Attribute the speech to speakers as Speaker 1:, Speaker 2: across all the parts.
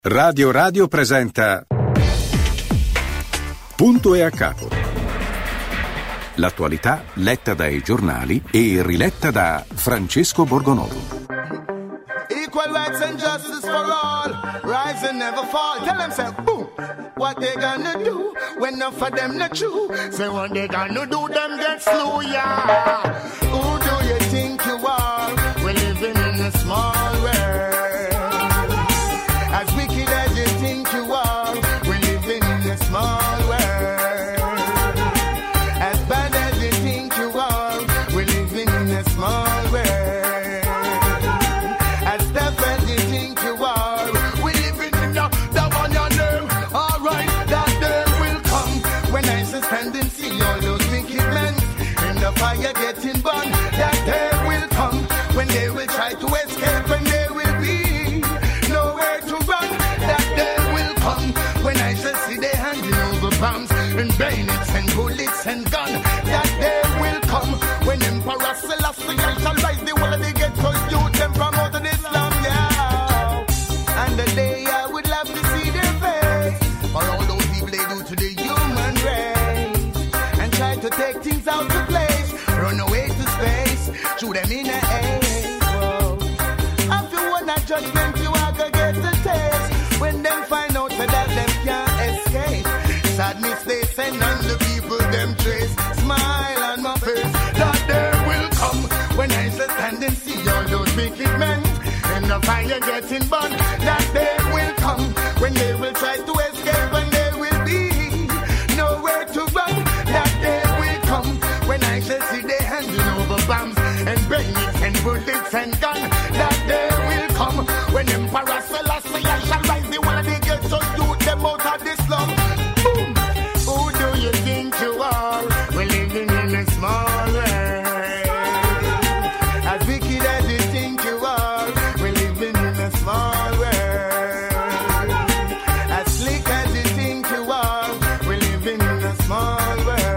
Speaker 1: Radio presenta Punto e a capo. L'attualità letta dai giornali e riletta da Francesco Borgonovo.
Speaker 2: Equal rights and justice for all, rise and never fall. Tell them, say, boom, what they gonna do when enough of them not true? Say what they gonna do, them get slow, yeah. Who do you think you are? We're living in a small world. As wicked as you think you are, we're living in a small world. As bad as you think you are, we're living in a small world. As tough as you think you are, we're living in the one you name. Alright, that day will come when I stand and see all those wicked men in the fire getting burned. That day will come when they will try to escape and they will be nowhere to run. That day will come when I shall see they handing over bombs and bayonets and bullets and guns. That day will come when Emperor Selassie shall rise the whole of the ghetto youth them from out of Islam, yeah. And the day I would love to see their face for all those people they do to the human race and try to take things out of place, run away to space, shoot them in the air. If you want a judgment, you are gonna get the taste when them find out that them can't escape. Sadness they send on the people them trace. Smile on my face. That day will come when I shall stand and see all those wicked men in the fire getting burned. That day will come when they will try to escape and they will be nowhere to run. That day will come when I shall see they handing over bombs and bayonets and bullets and guns. That day will come when Emperor Selassie shall rise the one they get so youth them out of the slum. Boom. Who do you think you are? We're living in a small world. As wicked as you think you are, we're living in a small world. As slick as you think you are, we're living in a small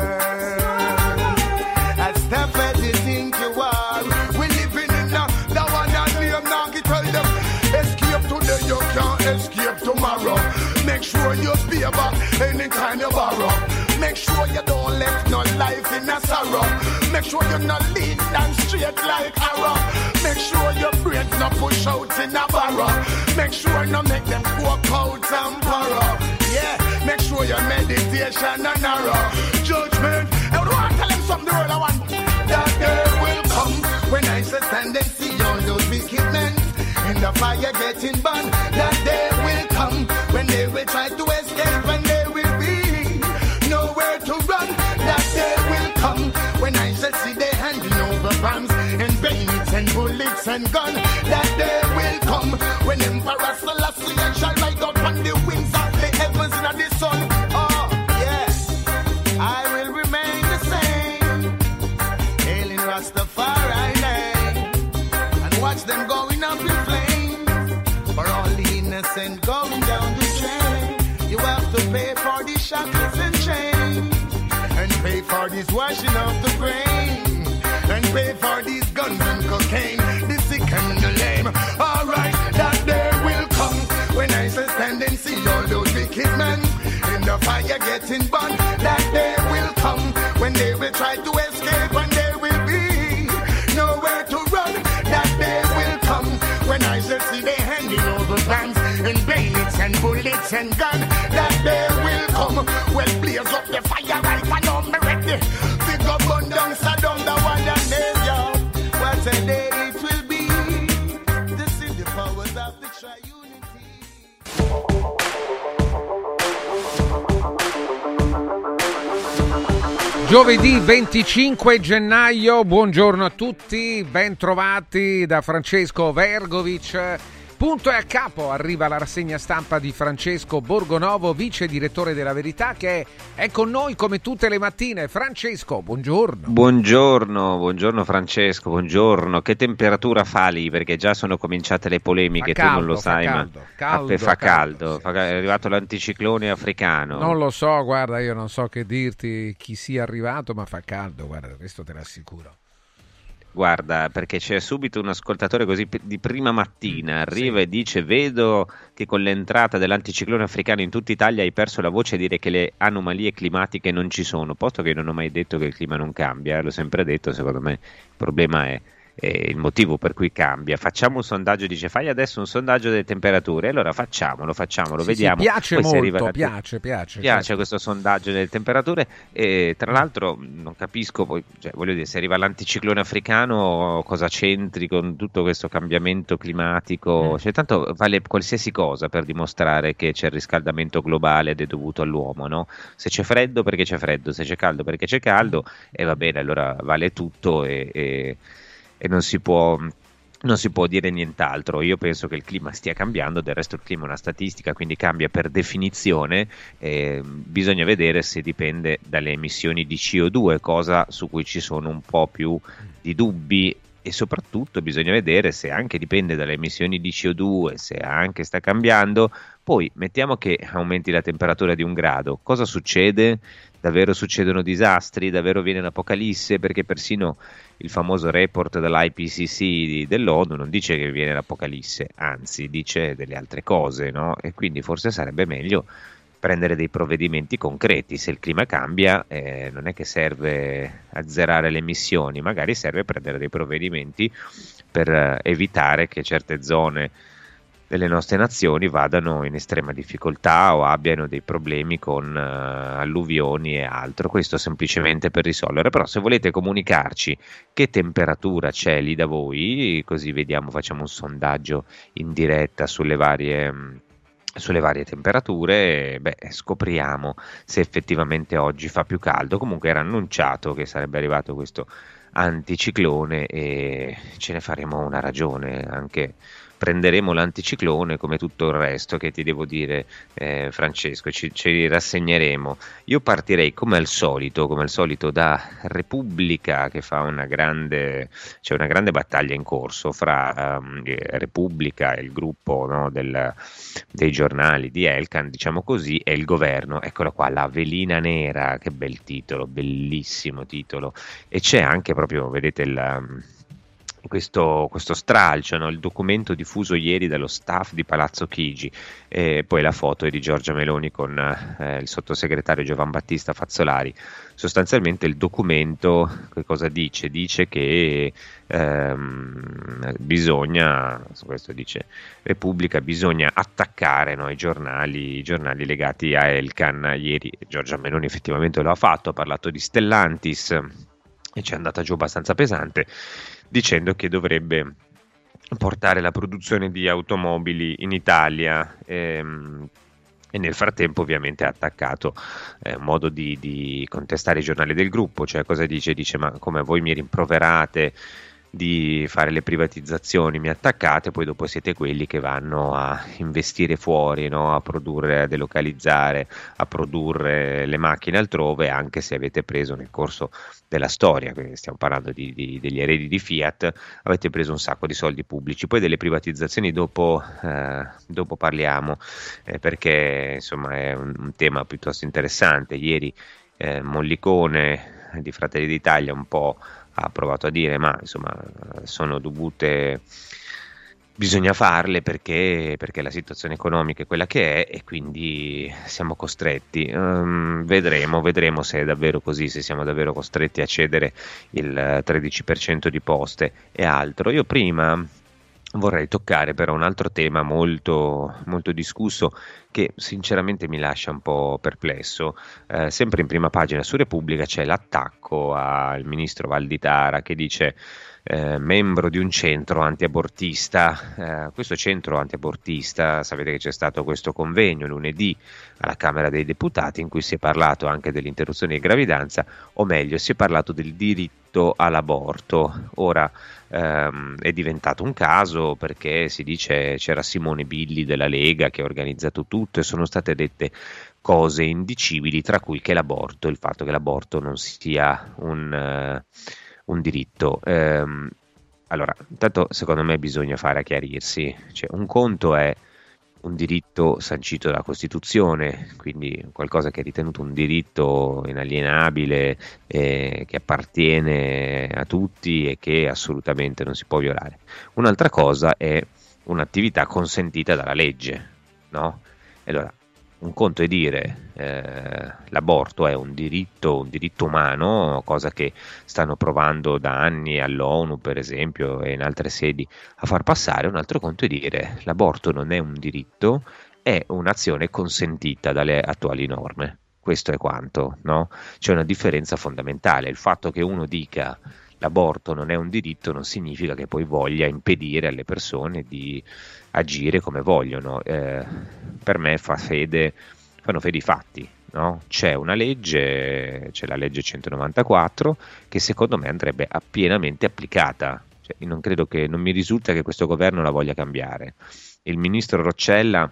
Speaker 2: world. As tough as you think you are, we're living in the one that name now can tell them. Escape today, you can't escape tomorrow. Make sure you pay back any kind of borrow. Make sure you don't let no life in a sorrow. Make sure you're not lean and straight like arrow. Make sure your brains not push out in a barrow. Make sure you make them walk out and borrow. Yeah, make sure your meditation and narrow. Judgment, I would want to tell them something the world I want. That day will come when I shall stand and see all those wicked men in the fire getting burned. That day will come when they will try to escape and they will be nowhere to run. That day will come when I shall see they handing over bombs and bayonets and bullets and guns. That day will come when Emperor Selassie shall ride out on the wings of the heavens and the sun. Oh, yeah, I will remain the same, hailing Rastafari name, and watch them going up in flames. For all the innocent going down the drain, you have to pay for the shackles and chains, and pay for this washing of the brain, and pay for these guns and cocaine, the sick and the lame. Alright, that day will come when I shall stand and see all those wicked men in the fire getting burned. That day will come when they will try to escape and they will be nowhere to run. That day will come when I shall see they handing over bombs and bayonets and bullets and guns. That day will come. Well, blaze up the fire right and I'm ready. Big up burn down Saddam, the one that named you. What a day it will be to see the powers of the triunity.
Speaker 3: Giovedì 25 gennaio, buongiorno a tutti, ben trovati da Francesco Vergovic. Punto e a capo, arriva la rassegna stampa di Francesco Borgonovo, vice direttore della Verità, che è con noi come tutte le mattine. Francesco, buongiorno.
Speaker 4: Buongiorno Francesco, buongiorno. Che temperatura fa lì? Perché già sono cominciate le polemiche,
Speaker 3: caldo,
Speaker 4: tu non lo sai, fa caldo.
Speaker 3: Sì.
Speaker 4: È arrivato l'anticiclone africano.
Speaker 3: Non lo so, guarda, io non so che dirti chi sia arrivato, ma fa caldo, guarda, questo te l'assicuro.
Speaker 4: Guarda, perché c'è subito un ascoltatore così di prima mattina, arriva
Speaker 3: Sì.
Speaker 4: e dice: Vedo che con l'entrata dell'anticiclone africano in tutta Italia hai perso la voce a dire che le anomalie climatiche non ci sono, posto che io non ho mai detto che il clima non cambia, l'ho sempre detto, secondo me il problema è il motivo per cui cambia. Facciamo un sondaggio, dice fai adesso un sondaggio delle temperature, allora facciamolo,
Speaker 3: Sì,
Speaker 4: vediamo.
Speaker 3: piace
Speaker 4: Poi si arriva
Speaker 3: molto,
Speaker 4: da
Speaker 3: piace.
Speaker 4: piace
Speaker 3: Certo.
Speaker 4: questo sondaggio delle temperature e tra l'altro non capisco poi, cioè, voglio dire, se arriva l'anticiclone africano cosa c'entri con tutto questo cambiamento climatico? Cioè, tanto vale qualsiasi cosa per dimostrare che c'è il riscaldamento globale ed è dovuto all'uomo, no? Se c'è freddo perché c'è freddo, se c'è caldo perché c'è caldo e va bene, allora vale tutto e non si può dire nient'altro. Io penso che il clima stia cambiando, del resto il clima è una statistica, quindi cambia per definizione. Bisogna vedere se dipende dalle emissioni di CO2, cosa su cui ci sono un po' più di dubbi. E soprattutto bisogna vedere se anche dipende dalle emissioni di CO2, se anche sta cambiando. Poi mettiamo che aumenti la temperatura di 1 grado, cosa succede? Davvero succedono disastri? Davvero viene l'apocalisse? Perché persino il famoso report dell'IPCC dell'ONU non dice che viene l'apocalisse, anzi dice delle altre cose, no? E quindi forse sarebbe meglio prendere dei provvedimenti concreti. Se il clima cambia, non è che serve azzerare le emissioni, magari serve prendere dei provvedimenti per evitare che certe zone delle nostre nazioni vadano in estrema difficoltà o abbiano dei problemi con alluvioni e altro. Questo semplicemente per risolvere. Però se volete comunicarci che temperatura c'è lì da voi, così vediamo, facciamo un sondaggio in diretta sulle varie temperature, scopriamo se effettivamente oggi fa più caldo. Comunque era annunciato che sarebbe arrivato questo anticiclone e ce ne faremo una ragione, anche prenderemo l'anticiclone come tutto il resto, che ti devo dire, Francesco, ci rassegneremo. Io partirei come al solito da Repubblica, che fa c'è una grande battaglia in corso fra Repubblica, il gruppo, no, dei giornali di Elkann, diciamo così, e il governo. Eccola qua, la velina nera, che bel titolo, bellissimo titolo. E c'è anche proprio, vedete, questo stralcio, no? Il documento diffuso ieri dallo staff di Palazzo Chigi, e poi la foto è di Giorgia Meloni con il sottosegretario Giovan Battista Fazzolari. Sostanzialmente il documento che cosa dice? Dice che bisogna, questo dice Repubblica, bisogna attaccare, no, i giornali legati a Elkann. Ieri Giorgia Meloni effettivamente lo ha fatto, ha parlato di Stellantis e ci è andata giù abbastanza pesante, dicendo che dovrebbe portare la produzione di automobili in Italia e nel frattempo ovviamente ha attaccato un modo di contestare i giornali del gruppo. Cioè cosa dice? Dice: ma come voi mi rimproverate di fare le privatizzazioni, mi attaccate, poi dopo siete quelli che vanno a investire fuori, no? A produrre, a delocalizzare, a produrre le macchine altrove, anche se avete preso nel corso della storia, quindi stiamo parlando degli eredi di Fiat, avete preso un sacco di soldi pubblici. Poi delle privatizzazioni dopo parliamo, perché insomma è un tema piuttosto interessante. Ieri Mollicone di Fratelli d'Italia un po' ha provato a dire, ma insomma sono dovute, bisogna farle perché la situazione economica è quella che è e quindi siamo costretti. Vedremo se è davvero così, se siamo davvero costretti a cedere il 13% di poste e altro. Io prima vorrei toccare però un altro tema molto, molto discusso, che sinceramente mi lascia un po' perplesso. Sempre in prima pagina su Repubblica c'è l'attacco al ministro Valditara, che dice membro di un centro antiabortista. Questo centro antiabortista, sapete che c'è stato questo convegno lunedì alla Camera dei Deputati in cui si è parlato anche dell'interruzione di gravidanza, o meglio si è parlato del diritto all'aborto. Ora è diventato un caso perché si dice c'era Simone Billi della Lega che ha organizzato tutto e sono state dette cose indicibili, tra cui che l'aborto, il fatto che l'aborto non sia un diritto. Allora, intanto secondo me bisogna fare a chiarirsi, cioè, un conto è un diritto sancito dalla Costituzione, quindi qualcosa che è ritenuto un diritto inalienabile, che appartiene a tutti e che assolutamente non si può violare. Un'altra cosa è un'attività consentita dalla legge, no? Allora, un conto è dire l'aborto è un diritto umano, cosa che stanno provando da anni all'ONU, per esempio, e in altre sedi a far passare. Un altro conto è dire l'aborto non è un diritto, è un'azione consentita dalle attuali norme. Questo è quanto, no? C'è una differenza fondamentale. Il fatto che uno dica l'aborto non è un diritto non significa che poi voglia impedire alle persone di agire come vogliono. Per me fanno fede i fatti, no? C'è una legge, c'è la legge 194 che secondo me andrebbe pienamente applicata. Cioè, non mi risulta che questo governo la voglia cambiare. Il ministro Roccella,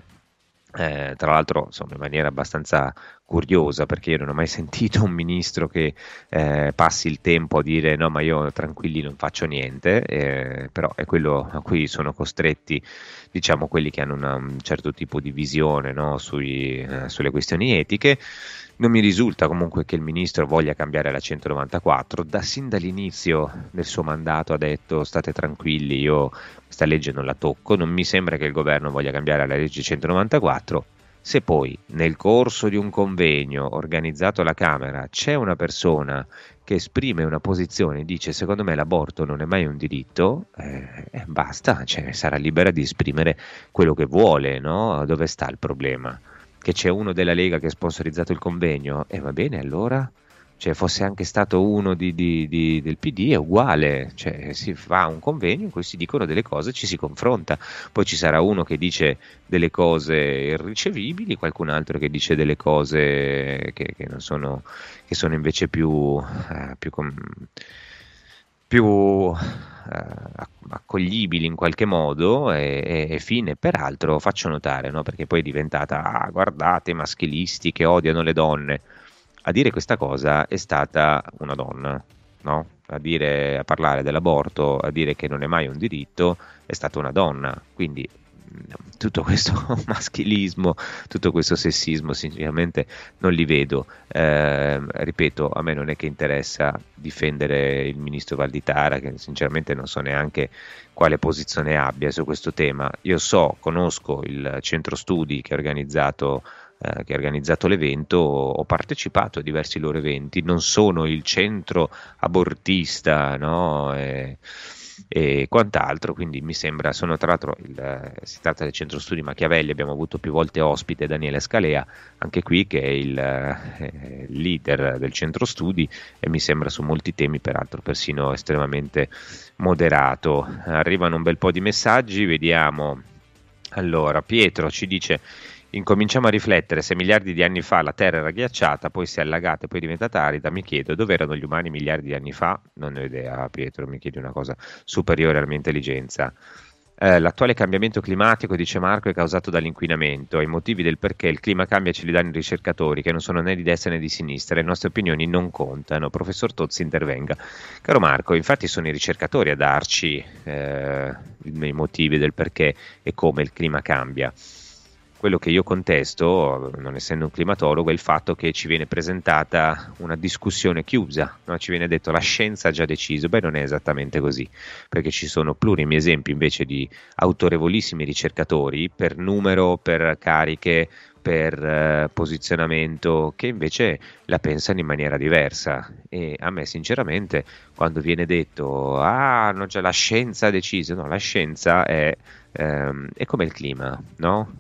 Speaker 4: tra l'altro, insomma, in maniera abbastanza curiosa, perché io non ho mai sentito un ministro che passi il tempo a dire no, ma io tranquilli non faccio niente, però è quello a cui sono costretti, diciamo, quelli che hanno un certo tipo di visione, no, sulle questioni etiche. Non mi risulta comunque che il ministro voglia cambiare la 194, sin dall'inizio del suo mandato ha detto state tranquilli, io questa legge non la tocco, non mi sembra che il governo voglia cambiare la legge 194. Se poi nel corso di un convegno organizzato alla Camera c'è una persona che esprime una posizione e dice secondo me l'aborto non è mai un diritto, basta, cioè, sarà libera di esprimere quello che vuole, no? Dove sta il problema? Che c'è uno della Lega che ha sponsorizzato il convegno, va bene allora, cioè fosse anche stato uno del PD è uguale, cioè si fa un convegno in cui si dicono delle cose, ci si confronta, poi ci sarà uno che dice delle cose irricevibili, qualcun altro che dice delle cose che non sono, che sono invece più accoglibili in qualche modo e fine. Peraltro faccio notare, no, perché poi è diventata guardate i maschilisti che odiano le donne. A dire questa cosa è stata una donna, no? A parlare dell'aborto, a dire che non è mai un diritto, è stata una donna. Quindi tutto questo maschilismo, tutto questo sessismo, sinceramente non li vedo. Ripeto, a me non è che interessa difendere il ministro Valditara, che sinceramente non so neanche quale posizione abbia su questo tema. Io conosco il centro studi che ha organizzato l'evento, ho partecipato a diversi loro eventi, non sono il centro abortista, no? E quant'altro, quindi mi sembra, tra l'altro si tratta del centro studi Machiavelli, abbiamo avuto più volte ospite Daniele Scalea, anche qui che è il leader del centro studi e mi sembra su molti temi peraltro persino estremamente moderato. Arrivano un bel po' di messaggi, vediamo. Allora, Pietro ci dice: incominciamo a riflettere, se miliardi di anni fa la Terra era ghiacciata, poi si è allagata e poi è diventata arida, mi chiedo dove erano gli umani miliardi di anni fa. Non ne ho idea, Pietro, mi chiedi una cosa superiore alla mia intelligenza. L'attuale cambiamento climatico, dice Marco, è causato dall'inquinamento e i motivi del perché il clima cambia ce li danno i ricercatori che non sono né di destra né di sinistra, le nostre opinioni non contano. Professor Tozzi intervenga. Caro Marco, infatti sono i ricercatori a darci i motivi del perché e come il clima cambia. Quello che io contesto, non essendo un climatologo, è il fatto che ci viene presentata una discussione chiusa, no? Ci viene detto la scienza ha già deciso. Beh, non è esattamente così, perché ci sono plurimi esempi invece di autorevolissimi ricercatori per numero, per cariche, per posizionamento, che invece la pensano in maniera diversa. E a me sinceramente quando viene detto no, già la scienza ha deciso, no, la scienza è come il clima, no?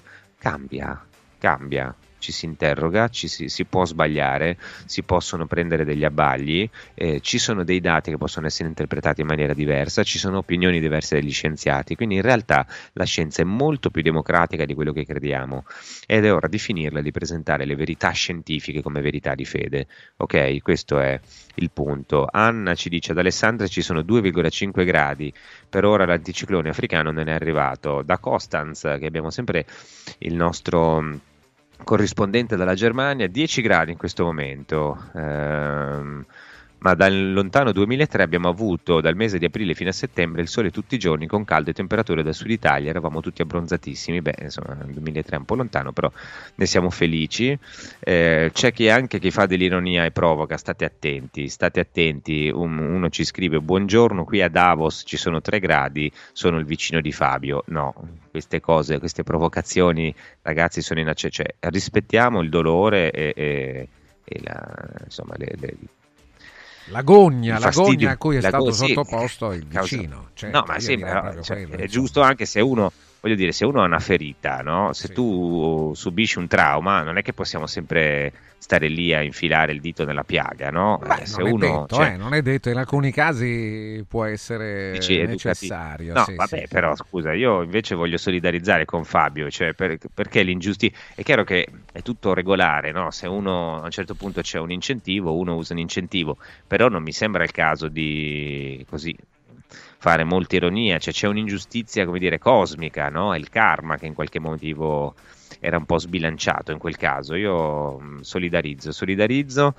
Speaker 4: Cambia, ci si interroga, si può sbagliare, si possono prendere degli abbagli, ci sono dei dati che possono essere interpretati in maniera diversa, ci sono opinioni diverse degli scienziati, quindi in realtà la scienza è molto più democratica di quello che crediamo ed è ora di finirla di presentare le verità scientifiche come verità di fede. Ok, questo è il punto. Anna ci dice: ad Alessandria ci sono 2,5 gradi, per ora l'anticiclone africano non è arrivato. Da Costanz, che abbiamo sempre il nostro corrispondente dalla Germania, 10 gradi in questo momento. ma dal lontano 2003 abbiamo avuto dal mese di aprile fino a settembre il sole tutti i giorni con calde temperature dal sud Italia, eravamo tutti abbronzatissimi. Beh, insomma, il 2003 è un po' lontano, però ne siamo felici. C'è chi anche chi fa dell'ironia e provoca, state attenti. Uno ci scrive: buongiorno, qui a Davos ci sono 3 gradi, sono il vicino di Fabio. No, queste cose, queste provocazioni, ragazzi, sono inaccettabili. Cioè, rispettiamo il dolore e insomma
Speaker 3: l'agonia
Speaker 4: fastidio,
Speaker 3: a cui è stato
Speaker 4: sì,
Speaker 3: sottoposto il vicino.
Speaker 4: No, ma sì, è giusto anche se uno, voglio dire, se uno ha una ferita, no? Se tu subisci un trauma, non è che possiamo sempre stare lì a infilare il dito nella piaga, no? Se
Speaker 3: non,
Speaker 4: uno,
Speaker 3: è detto, non è detto, in alcuni casi può essere necessario.
Speaker 4: No, vabbè, però scusa, io invece voglio solidarizzare con Fabio, cioè perché l'ingiustizia, è chiaro che è tutto regolare, no? Se uno a un certo punto c'è un incentivo, uno usa un incentivo, però non mi sembra il caso di così fare molta ironia, cioè c'è un'ingiustizia, come dire, cosmica, no? È il karma che in qualche motivo era un po' sbilanciato in quel caso. Io solidarizzo.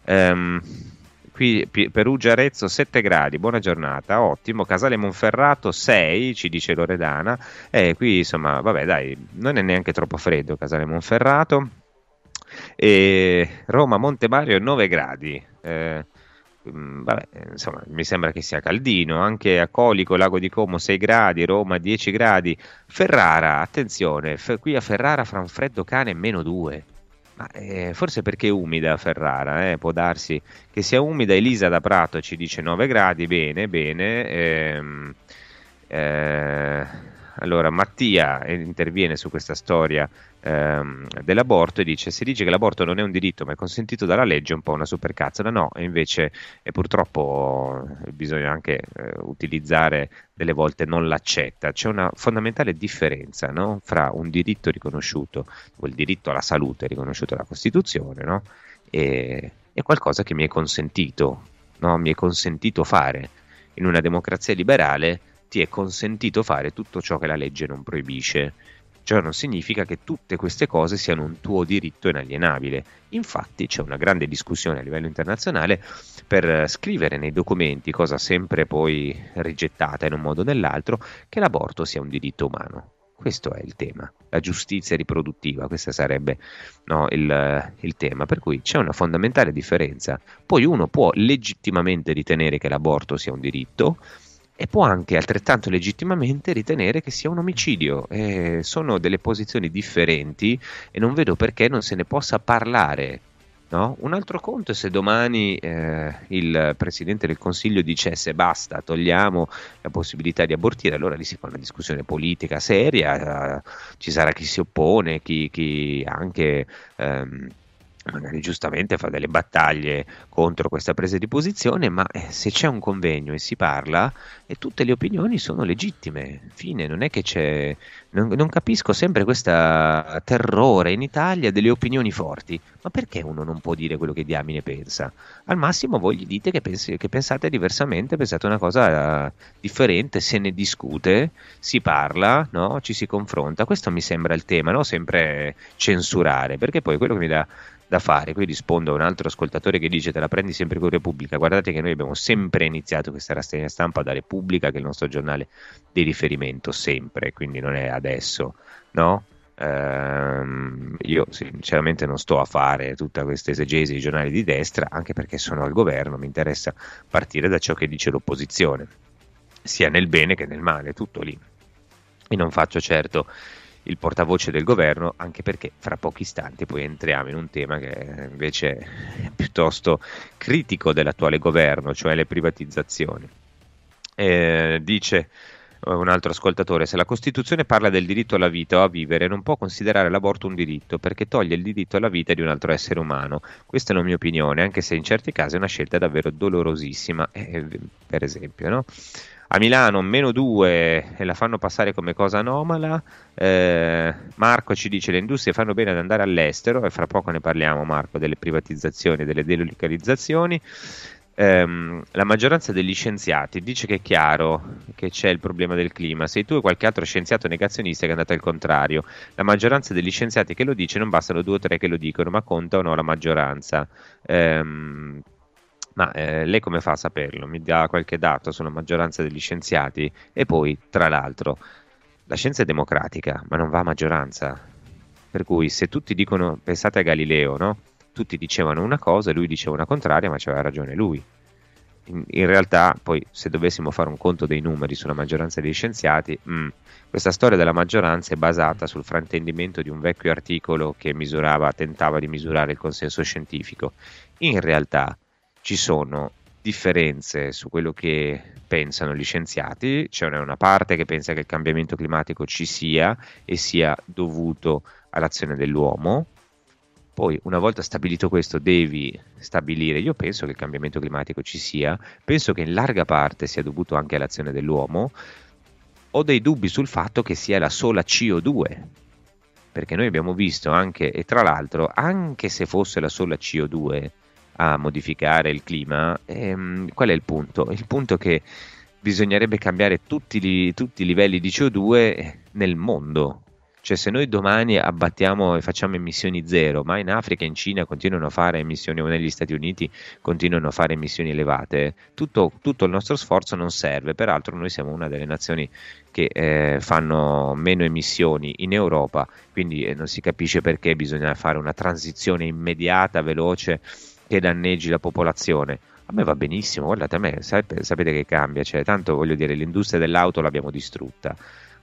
Speaker 4: Qui Perugia Arezzo 7 gradi, buona giornata, ottimo. Casale Monferrato 6, ci dice Loredana. Qui insomma, vabbè, dai, non è neanche troppo freddo Casale Monferrato. E Roma Montemario 9 gradi. Vabbè, insomma, mi sembra che sia caldino. Anche a Colico, Lago di Como 6 gradi, Roma 10 gradi. Ferrara, attenzione, qui a Ferrara fra un freddo cane -2. Ma, forse perché è umida Ferrara, può darsi che sia umida. Elisa da Prato ci dice 9 gradi, bene. Allora Mattia interviene su questa storia dell'aborto e dice: si dice che l'aborto non è un diritto ma è consentito dalla legge, un po' una supercazzola. No, e invece purtroppo bisogna anche utilizzare delle volte non l'accetta. C'è una fondamentale differenza, no? Fra un diritto riconosciuto, o il diritto alla salute riconosciuto dalla Costituzione, no? E qualcosa che mi è consentito, no? Mi è consentito fare. In una democrazia liberale ti è consentito fare tutto ciò che la legge non proibisce. Ciò non significa che tutte queste cose siano un tuo diritto inalienabile. Infatti c'è una grande discussione a livello internazionale per scrivere nei documenti, cosa sempre poi rigettata in un modo o nell'altro, che l'aborto sia un diritto umano. Questo è il tema, la giustizia riproduttiva, questo sarebbe, no, il tema, per cui c'è una fondamentale differenza. Poi uno può legittimamente ritenere che l'aborto sia un diritto, e può anche altrettanto legittimamente ritenere che sia un omicidio. Sono delle posizioni differenti e non vedo perché non se ne possa parlare, no? Un altro conto è se domani il Presidente del Consiglio dicesse basta, togliamo la possibilità di abortire, allora lì si fa una discussione politica seria, ci sarà chi si oppone, chi anche magari giustamente fa delle battaglie contro questa presa di posizione, ma se c'è un convegno e si parla, e tutte le opinioni sono legittime, fine. Non è che c'è, non capisco sempre questo terrore in Italia delle opinioni forti. Ma perché uno non può dire quello che diamine pensa? Al massimo voi gli dite che pensate diversamente, pensate una cosa differente, se ne discute, si parla, no? Ci si confronta. Questo mi sembra il tema, no? Sempre censurare, perché poi quello che mi dà da fare. Qui rispondo a un altro ascoltatore che dice: te la prendi sempre con Repubblica. Guardate che noi abbiamo sempre iniziato questa rassegna stampa da Repubblica, che è il nostro giornale di riferimento, sempre, quindi non è adesso, no? Io sinceramente non sto a fare tutta questa esegesi di giornali di destra, anche perché sono al governo, mi interessa partire da ciò che dice l'opposizione, sia nel bene che nel male, tutto lì, e non faccio certo il portavoce del governo, anche perché fra pochi istanti poi entriamo in un tema che invece è piuttosto critico dell'attuale governo, cioè le privatizzazioni. Dice un altro ascoltatore: se la Costituzione parla del diritto alla vita o a vivere, non può considerare l'aborto un diritto, perché toglie il diritto alla vita di un altro essere umano. Questa è la mia opinione, anche se in certi casi è una scelta davvero dolorosissima, per esempio, no? A Milano -2 e la fanno passare come cosa anomala. Marco ci dice: le industrie fanno bene ad andare all'estero, e fra poco ne parliamo, Marco, delle privatizzazioni e delle delocalizzazioni. La maggioranza degli scienziati dice che è chiaro che c'è il problema del clima. Sei tu e qualche altro scienziato negazionista che è andato al contrario. La maggioranza degli scienziati che lo dice, non bastano 2 o 3 che lo dicono, ma conta o no la maggioranza. Ma lei come fa a saperlo? Mi dà qualche dato sulla maggioranza degli scienziati? E poi, tra l'altro, la scienza è democratica, ma non va a maggioranza. Per cui se tutti dicono, pensate a Galileo, no? Tutti dicevano una cosa, lui diceva una contraria, ma c'aveva ragione lui. In realtà, poi, se dovessimo fare un conto dei numeri sulla maggioranza degli scienziati, questa storia della maggioranza è basata sul fraintendimento di un vecchio articolo che tentava di misurare il consenso scientifico. In realtà ci sono differenze su quello che pensano gli scienziati, c'è una parte che pensa che il cambiamento climatico ci sia e sia dovuto all'azione dell'uomo. Poi, una volta stabilito questo, devi stabilire, io penso che il cambiamento climatico ci sia, penso che in larga parte sia dovuto anche all'azione dell'uomo. Ho dei dubbi sul fatto che sia la sola CO2, perché noi abbiamo visto anche, e tra l'altro, anche se fosse la sola CO2 a modificare il clima, qual è il punto? Il punto è che bisognerebbe cambiare tutti i livelli di CO2 nel mondo. Cioè, se noi domani abbattiamo e facciamo emissioni zero, ma in Africa e in Cina continuano a fare emissioni, o negli Stati Uniti continuano a fare emissioni elevate, tutto il nostro sforzo non serve. Peraltro noi siamo una delle nazioni che fanno meno emissioni in Europa, quindi non si capisce perché bisogna fare una transizione immediata, veloce, che danneggi la popolazione. A me va benissimo, guardate, a me sapete che cambia, cioè, tanto voglio dire, l'industria dell'auto l'abbiamo distrutta.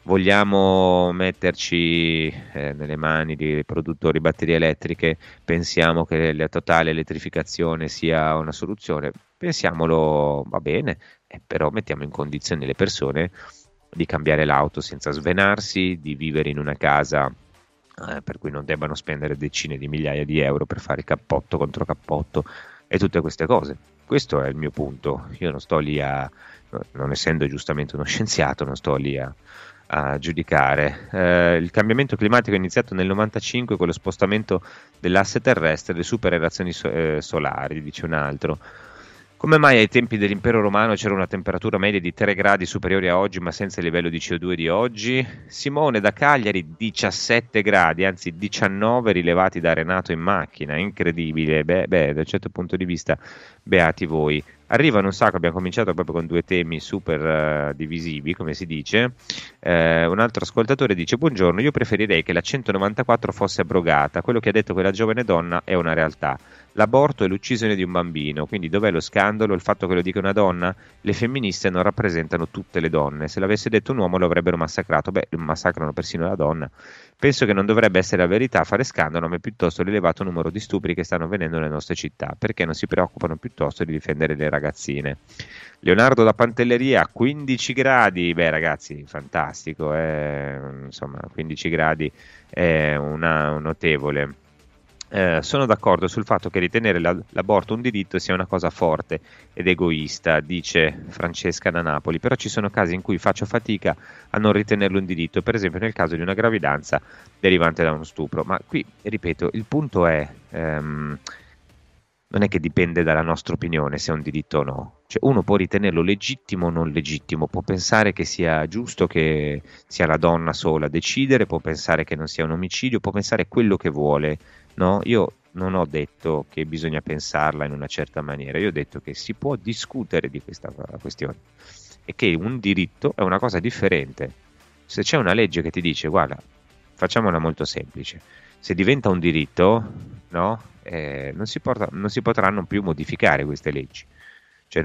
Speaker 4: Vogliamo metterci nelle mani dei produttori di batterie elettriche, pensiamo che la totale elettrificazione sia una soluzione, pensiamolo, va bene, però mettiamo in condizione le persone di cambiare l'auto senza svenarsi, di vivere in una casa per cui non debbano spendere decine di migliaia di euro per fare cappotto contro cappotto e tutte queste cose. Questo è il mio punto. Io non sto lì non essendo giustamente uno scienziato, non sto lì a giudicare. Il cambiamento climatico è iniziato nel 95 con lo spostamento dell'asse terrestre, le super relazioni solari, dice un altro. Come mai ai tempi dell'impero romano c'era una temperatura media di 3 gradi superiore a oggi, ma senza il livello di CO2 di oggi? Simone da Cagliari, 17 gradi, anzi 19 rilevati da Renato in macchina, incredibile. Beh, da un certo punto di vista, beati voi. Arrivano un sacco, abbiamo cominciato proprio con due temi super divisivi, come si dice. Un altro ascoltatore dice: buongiorno, io preferirei che la 194 fosse abrogata, quello che ha detto quella giovane donna è una realtà. L'aborto è l'uccisione di un bambino, quindi dov'è lo scandalo? Il fatto che lo dica una donna? Le femministe non rappresentano tutte le donne, se l'avesse detto un uomo lo avrebbero massacrato. Beh, massacrano persino la donna. Penso che non dovrebbe essere la verità a fare scandalo, ma piuttosto l'elevato numero di stupri che stanno avvenendo nelle nostre città, perché non si preoccupano piuttosto di difendere le ragazzine. Leonardo da Pantelleria, 15 gradi, beh ragazzi, fantastico, insomma 15 gradi è un notevole. Sono d'accordo sul fatto che ritenere l'aborto un diritto sia una cosa forte ed egoista, dice Francesca da Napoli, però ci sono casi in cui faccio fatica a non ritenerlo un diritto, per esempio nel caso di una gravidanza derivante da uno stupro. Ma qui, ripeto, il punto è non è che dipende dalla nostra opinione se è un diritto o no. Cioè, uno può ritenerlo legittimo o non legittimo, può pensare che sia giusto che sia la donna sola a decidere, può pensare che non sia un omicidio, può pensare quello che vuole. No, io non ho detto che bisogna pensarla in una certa maniera, io ho detto che si può discutere di questa questione e che un diritto è una cosa differente. Se c'è una legge che ti dice, guarda, facciamola molto semplice, se diventa un diritto, no, non si potranno più modificare queste leggi, cioè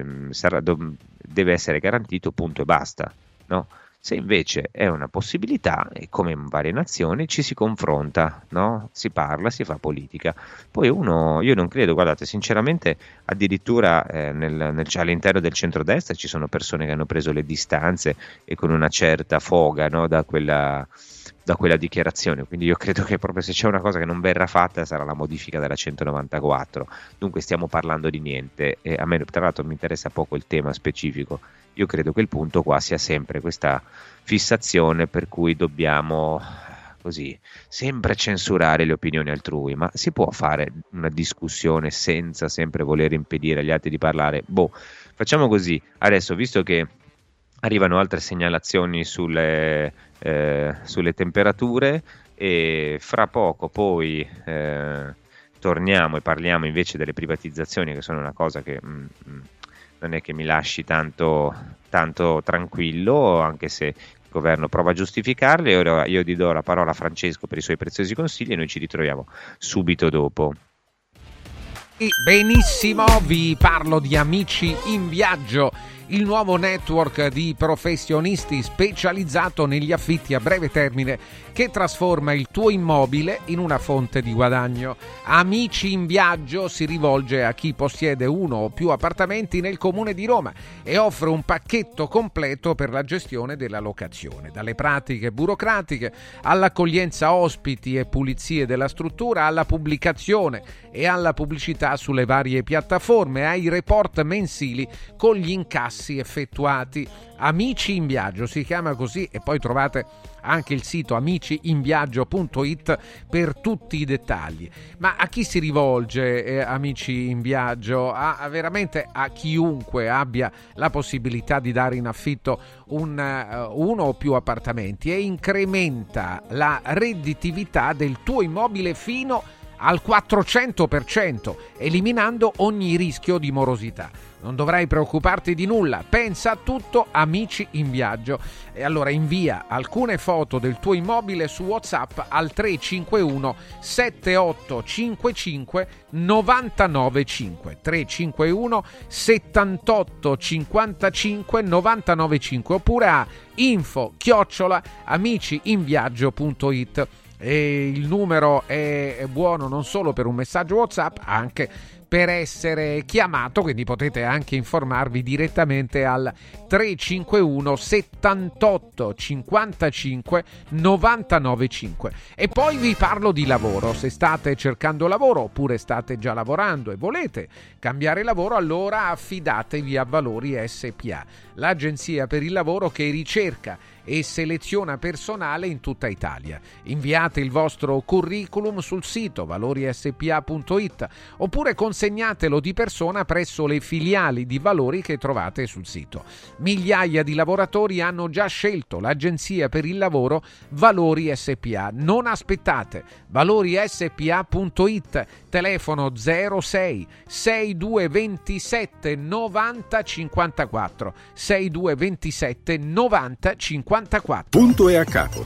Speaker 4: deve essere garantito, punto e basta, no? Se invece è una possibilità, e come in varie nazioni, ci si confronta, no? Si parla, si fa politica. Poi io non credo, guardate, sinceramente, addirittura all'interno del centrodestra ci sono persone che hanno preso le distanze e con una certa foga, no, da quella dichiarazione. Quindi io credo che proprio se c'è una cosa che non verrà fatta sarà la modifica della 194. Dunque stiamo parlando di niente. E a me, tra l'altro, mi interessa poco il tema specifico. Io credo che il punto qua sia sempre questa fissazione per cui dobbiamo così sempre censurare le opinioni altrui, ma si può fare una discussione senza sempre voler impedire agli altri di parlare? Facciamo così, adesso, visto che arrivano altre segnalazioni sulle temperature, e fra poco poi torniamo e parliamo invece delle privatizzazioni, che sono una cosa che non è che mi lasci tanto tranquillo, anche se il governo prova a giustificarle. Ora io ti do la parola a Francesco per i suoi preziosi consigli e noi ci ritroviamo subito dopo.
Speaker 3: Benissimo, vi parlo di Amici in Viaggio, il nuovo network di professionisti specializzato negli affitti a breve termine che trasforma il tuo immobile in una fonte di guadagno. Amici in Viaggio si rivolge a chi possiede uno o più appartamenti nel comune di Roma e offre un pacchetto completo per la gestione della locazione, dalle pratiche burocratiche all'accoglienza ospiti e pulizie della struttura, alla pubblicazione e alla pubblicità sulle varie piattaforme, ai report mensili con gli incassi effettuati. Amici in Viaggio si chiama così, e poi trovate anche il sito amiciinviaggio.it per tutti i dettagli. Ma a chi si rivolge Amici in Viaggio? Veramente a chiunque abbia la possibilità di dare in affitto uno o più appartamenti, e incrementa la redditività del tuo immobile fino al 400%, eliminando ogni rischio di morosità. Non dovrai preoccuparti di nulla, pensa a tutto Amici in Viaggio. E allora invia alcune foto del tuo immobile su WhatsApp al 351 7855 995 351 78 55 995 oppure a info@amiciinviaggio.it. E il numero è buono non solo per un messaggio WhatsApp, anche per essere chiamato, quindi potete anche informarvi direttamente al 351 78 55 995. E poi vi parlo di lavoro. Se state cercando lavoro oppure state già lavorando e volete cambiare lavoro, allora affidatevi a Valori SPA, l'agenzia per il lavoro che ricerca e seleziona personale in tutta Italia. Inviate il vostro curriculum sul sito valorispa.it oppure consegnatelo di persona presso le filiali di Valori che trovate sul sito. Migliaia di lavoratori hanno già scelto l'agenzia per il lavoro Valori SPA. Non aspettate, valorispa.it, telefono 06 6227 90 54 6227 90 54.
Speaker 1: Punto e a capo.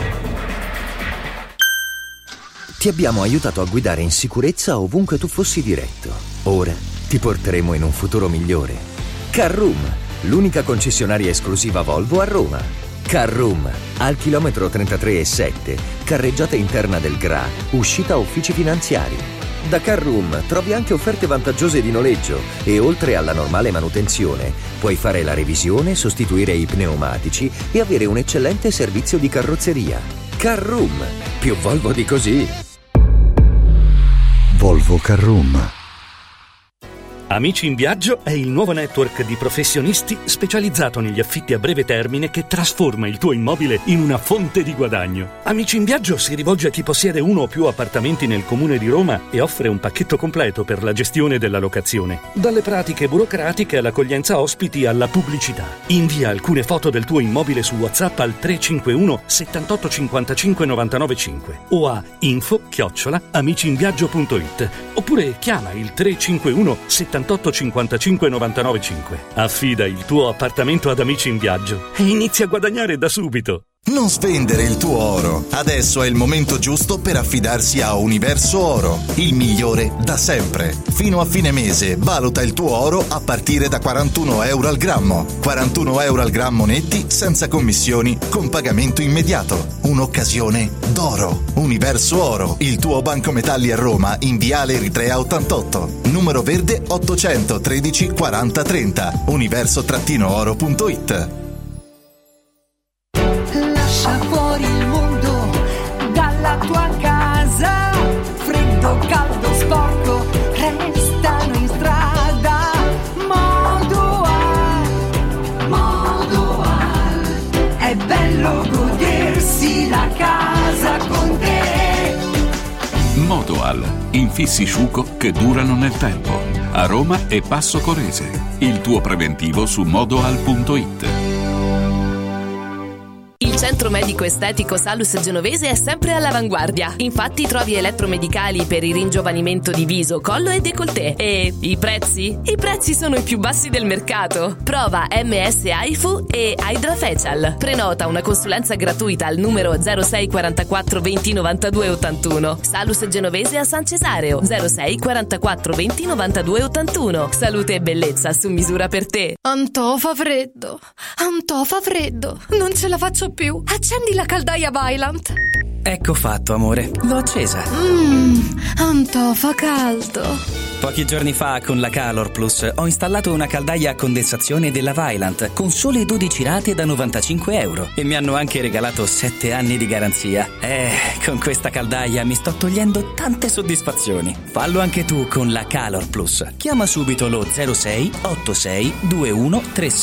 Speaker 5: Ti abbiamo aiutato a guidare in sicurezza ovunque tu fossi diretto. Ora ti porteremo in un futuro migliore. Carroom, l'unica concessionaria esclusiva Volvo a Roma. Carroom, al chilometro 33,7, carreggiata interna del GRA, uscita uffici finanziari. Da Carroom trovi anche offerte vantaggiose di noleggio e oltre alla normale manutenzione puoi fare la revisione, sostituire i pneumatici e avere un eccellente servizio di carrozzeria. Carroom, più Volvo di così.
Speaker 6: Volvo Carroom.
Speaker 7: Amici in Viaggio è il nuovo network di professionisti specializzato negli affitti a breve termine che trasforma il tuo immobile in una fonte di guadagno. Amici in Viaggio si rivolge a chi possiede uno o più appartamenti nel comune di Roma e offre un pacchetto completo per la gestione della locazione, dalle pratiche burocratiche all'accoglienza ospiti alla pubblicità. Invia alcune foto del tuo immobile su WhatsApp al 351 78 55 995 o a info@amiciinviaggio.it oppure chiama il 351 78 55 995. Affida il tuo appartamento ad Amici in Viaggio e inizia a guadagnare da subito.
Speaker 8: Non spendere il tuo oro. Adesso è il momento giusto per affidarsi a Universo Oro, il migliore da sempre. Fino a fine mese valuta il tuo oro a partire da 41 euro al grammo. 41 euro al grammo netti, senza commissioni, con pagamento immediato. Un'occasione d'oro. Universo Oro, il tuo banco metalli a Roma, in Viale Eritrea 88. Numero verde 813 40 30. universo-oro.it.
Speaker 9: Lascia fuori il mondo dalla tua casa, freddo, caldo, sporco, restano in strada. Modoal, è bello godersi la casa con te.
Speaker 10: Modoal, infissi Sciuco che durano nel tempo. A Roma e Passo Corese. Il tuo preventivo su modoal.it.
Speaker 11: Il
Speaker 6: centro medico estetico Salus Genovese è sempre all'avanguardia. Infatti trovi elettromedicali per il ringiovanimento di viso, collo e décolleté. E i prezzi? I prezzi sono i più bassi del mercato. Prova MS AIFU e Hydra Facial. Prenota una consulenza gratuita al numero 06 44 20 92 81. Salus Genovese a San Cesareo 06 44 20 92 81. Salute e bellezza su misura per te.
Speaker 11: Antò fa freddo, non ce la faccio più. Accendi la caldaia Vaillant.
Speaker 12: Ecco fatto, amore, l'ho accesa.
Speaker 11: Antò fa caldo.
Speaker 12: Pochi giorni fa con la Calor Plus ho installato una caldaia a condensazione della Vaillant con sole 12 rate da €95 e mi hanno anche regalato 7 anni di garanzia. Con questa caldaia mi sto togliendo tante soddisfazioni. Fallo anche tu con la Calor Plus. Chiama subito lo 06 86 21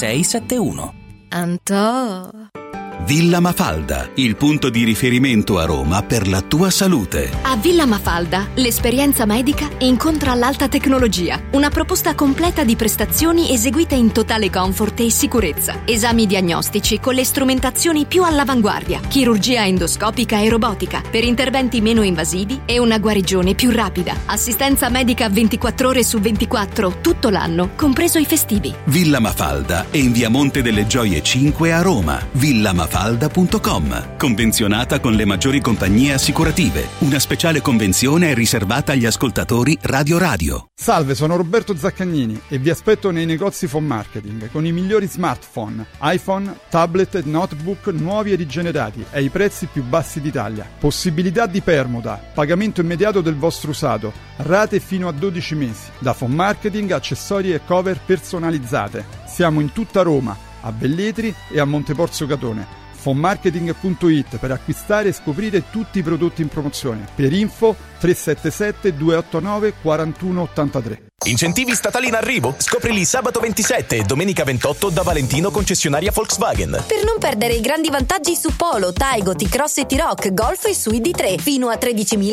Speaker 12: 3671.
Speaker 11: Antò.
Speaker 13: Villa Mafalda, il punto di riferimento a Roma per la tua salute.
Speaker 14: A Villa Mafalda, l'esperienza medica incontra l'alta tecnologia. Una proposta completa di prestazioni eseguite in totale comfort e sicurezza. Esami diagnostici con le strumentazioni più all'avanguardia. Chirurgia endoscopica e robotica per interventi meno invasivi e una guarigione più rapida. Assistenza medica 24 ore su 24 tutto l'anno, compreso i festivi.
Speaker 13: Villa Mafalda è in via Monte delle Gioie 5 a Roma. villamafalda.com. Convenzionata con le maggiori compagnie assicurative. Una speciale convenzione è riservata agli ascoltatori Radio.
Speaker 15: Salve, sono Roberto Zaccagnini e vi aspetto nei negozi Phone Marketing con i migliori smartphone, iPhone, tablet e notebook nuovi e rigenerati ai prezzi più bassi d'Italia. Possibilità di permuta, pagamento immediato del vostro usato, rate fino a 12 mesi. Da Phone Marketing, accessori e cover personalizzate. Siamo in tutta Roma, a Velletri e a Monteporzio Catone. Fonmarketing.it per acquistare e scoprire tutti i prodotti in promozione. Per info 377 289 4183.
Speaker 16: Incentivi statali in arrivo? Scoprili sabato 27 e domenica 28 da Valentino concessionaria Volkswagen.
Speaker 17: Per non perdere i grandi vantaggi su Polo, Taigo, T-Cross e T-Roc, Golf e sui D3 fino a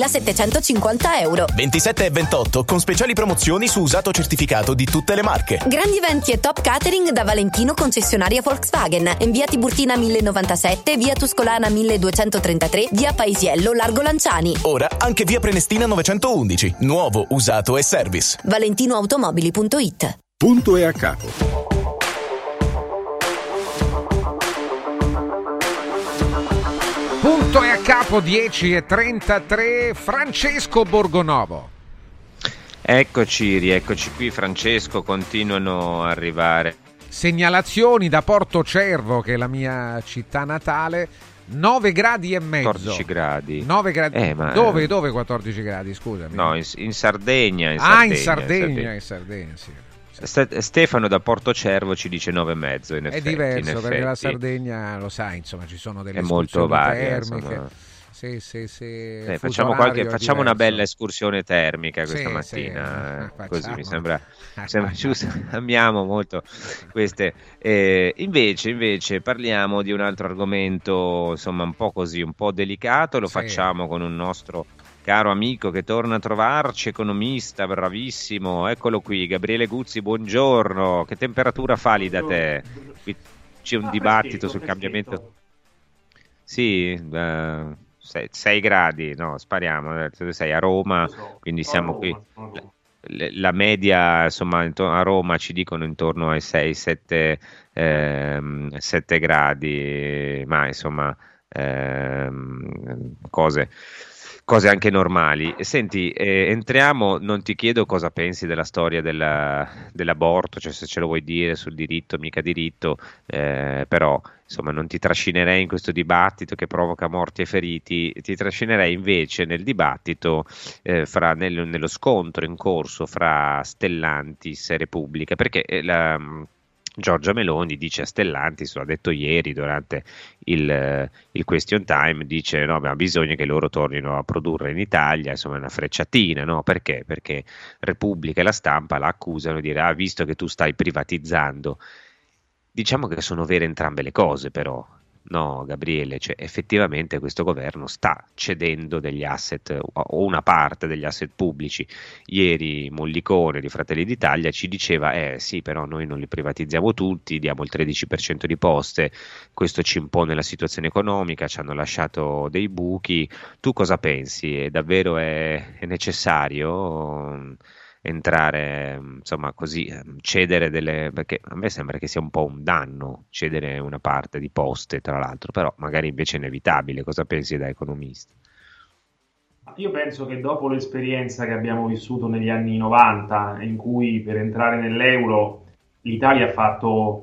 Speaker 17: 13.750 euro.
Speaker 16: 27 e 28 con speciali promozioni su usato certificato di tutte le marche.
Speaker 17: Grandi eventi e top catering da Valentino concessionaria Volkswagen. In via Tiburtina 1097, via Tuscolana 1233, via Paisiello, Largo Lanciani.
Speaker 16: Ora anche via Prenestina 911. Nuovo, usato e service.
Speaker 17: ValentinoAutomobili.it.
Speaker 1: Punto e a capo.
Speaker 3: Punto e a capo 10:33. Francesco Borgonovo.
Speaker 4: Eccoci, rieccoci qui Francesco, continuano a arrivare
Speaker 3: segnalazioni da Porto Cervo, che è la mia città natale. 9 gradi e mezzo.
Speaker 4: 14 gradi.
Speaker 3: 9 gradi.
Speaker 4: Ma...
Speaker 3: Dove 14 gradi, scusami?
Speaker 4: No, in Sardegna.
Speaker 3: In Sardegna, sì.
Speaker 4: Stefano da Porto Cervo ci dice 9,5 in effetti.
Speaker 3: È diverso perché la Sardegna, lo sai, insomma, ci sono delle
Speaker 4: è molto varia,
Speaker 3: termiche. Sì.
Speaker 4: Facciamo una bella escursione termica questa mattina. Così mi sembra giusto. Amiamo molto queste. Invece parliamo di un altro argomento, insomma, un po' così, un po' delicato. Lo facciamo con un nostro caro amico che torna a trovarci, economista, bravissimo. Eccolo qui, Gabriele Guzzi, buongiorno. Che temperatura fa lì da te? Qui c'è un dibattito sul cambiamento. Sì, 6 gradi, no, spariamo, sei a Roma, quindi siamo qui. La media, insomma, a Roma ci dicono intorno ai 6-7 gradi, ma insomma, cose anche normali. Senti, entriamo, non ti chiedo cosa pensi della storia dell'aborto, cioè se ce lo vuoi dire sul diritto, mica diritto, però insomma non ti trascinerei in questo dibattito che provoca morti e feriti, ti trascinerei invece nel dibattito nello scontro in corso fra Stellantis e Repubblica, perché Giorgia Meloni dice a Stellantis, lo ha detto ieri durante il question time, dice no, abbiamo bisogno che loro tornino a produrre in Italia, insomma è una frecciatina, no? Perché? Perché Repubblica e la Stampa la accusano di dire visto che tu stai privatizzando. Diciamo che sono vere entrambe le cose, però, No, Gabriele, cioè, effettivamente questo governo sta cedendo degli asset o una parte degli asset pubblici. Ieri Mollicone di Fratelli d'Italia ci diceva sì, però noi non li privatizziamo tutti, diamo il 13% di Poste, questo ci impone la situazione economica, ci hanno lasciato dei buchi. Tu cosa pensi? Davvero è necessario entrare, insomma, così, cedere perché a me sembra che sia un po' un danno cedere una parte di Poste, tra l'altro, però magari invece è inevitabile. Cosa pensi da economista?
Speaker 18: Io penso che dopo l'esperienza che abbiamo vissuto negli anni 90, in cui per entrare nell'euro l'Italia ha fatto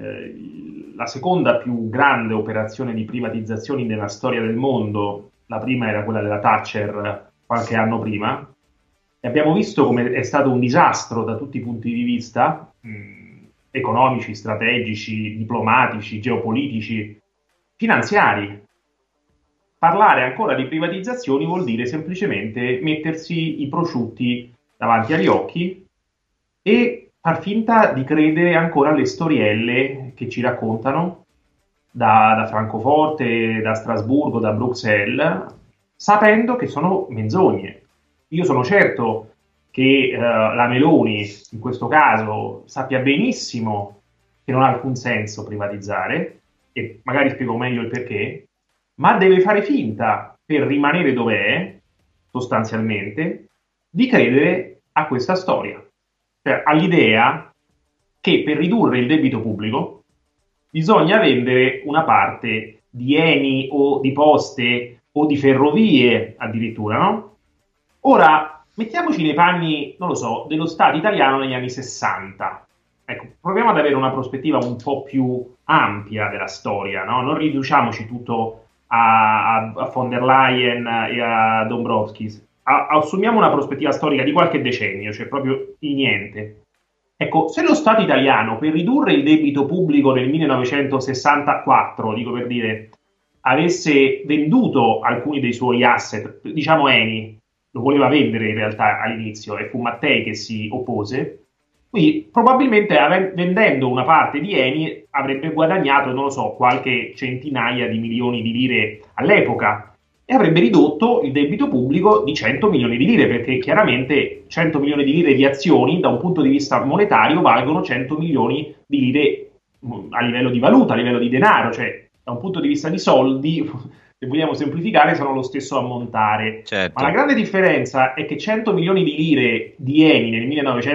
Speaker 18: la seconda più grande operazione di privatizzazioni nella storia del mondo, la prima era quella della Thatcher qualche anno prima, e abbiamo visto come è stato un disastro da tutti i punti di vista, economici, strategici, diplomatici, geopolitici, finanziari. Parlare ancora di privatizzazioni vuol dire semplicemente mettersi i prosciutti davanti agli occhi e far finta di credere ancora alle storielle che ci raccontano da Francoforte, da Strasburgo, da Bruxelles, sapendo che sono menzogne. Io sono certo che la Meloni, in questo caso, sappia benissimo che non ha alcun senso privatizzare, e magari spiego meglio il perché, ma deve fare finta, per rimanere dove è, sostanzialmente, di credere a questa storia. Cioè, all'idea che per ridurre il debito pubblico bisogna vendere una parte di Eni o di Poste o di ferrovie addirittura, no? Ora, mettiamoci nei panni, non lo so, dello Stato italiano negli anni 60. Ecco, proviamo ad avere una prospettiva un po' più ampia della storia, no? Non riduciamoci tutto a von der Leyen e a Dombrovskis. Assumiamo una prospettiva storica di qualche decennio, cioè proprio di niente. Ecco, se lo Stato italiano, per ridurre il debito pubblico nel 1964, dico per dire, avesse venduto alcuni dei suoi asset, diciamo Eni, lo voleva vendere in realtà all'inizio e fu Mattei che si oppose, quindi probabilmente vendendo una parte di Eni avrebbe guadagnato, non lo so, qualche centinaia di milioni di lire all'epoca e avrebbe ridotto il debito pubblico di 100 milioni di lire, perché chiaramente 100 milioni di lire di azioni da un punto di vista monetario valgono 100 milioni di lire a livello di valuta, a livello di denaro, cioè da un punto di vista di soldi, se vogliamo semplificare, sono lo stesso ammontare.
Speaker 4: Certo.
Speaker 18: Ma la grande differenza è che 100 milioni di lire di Eni nel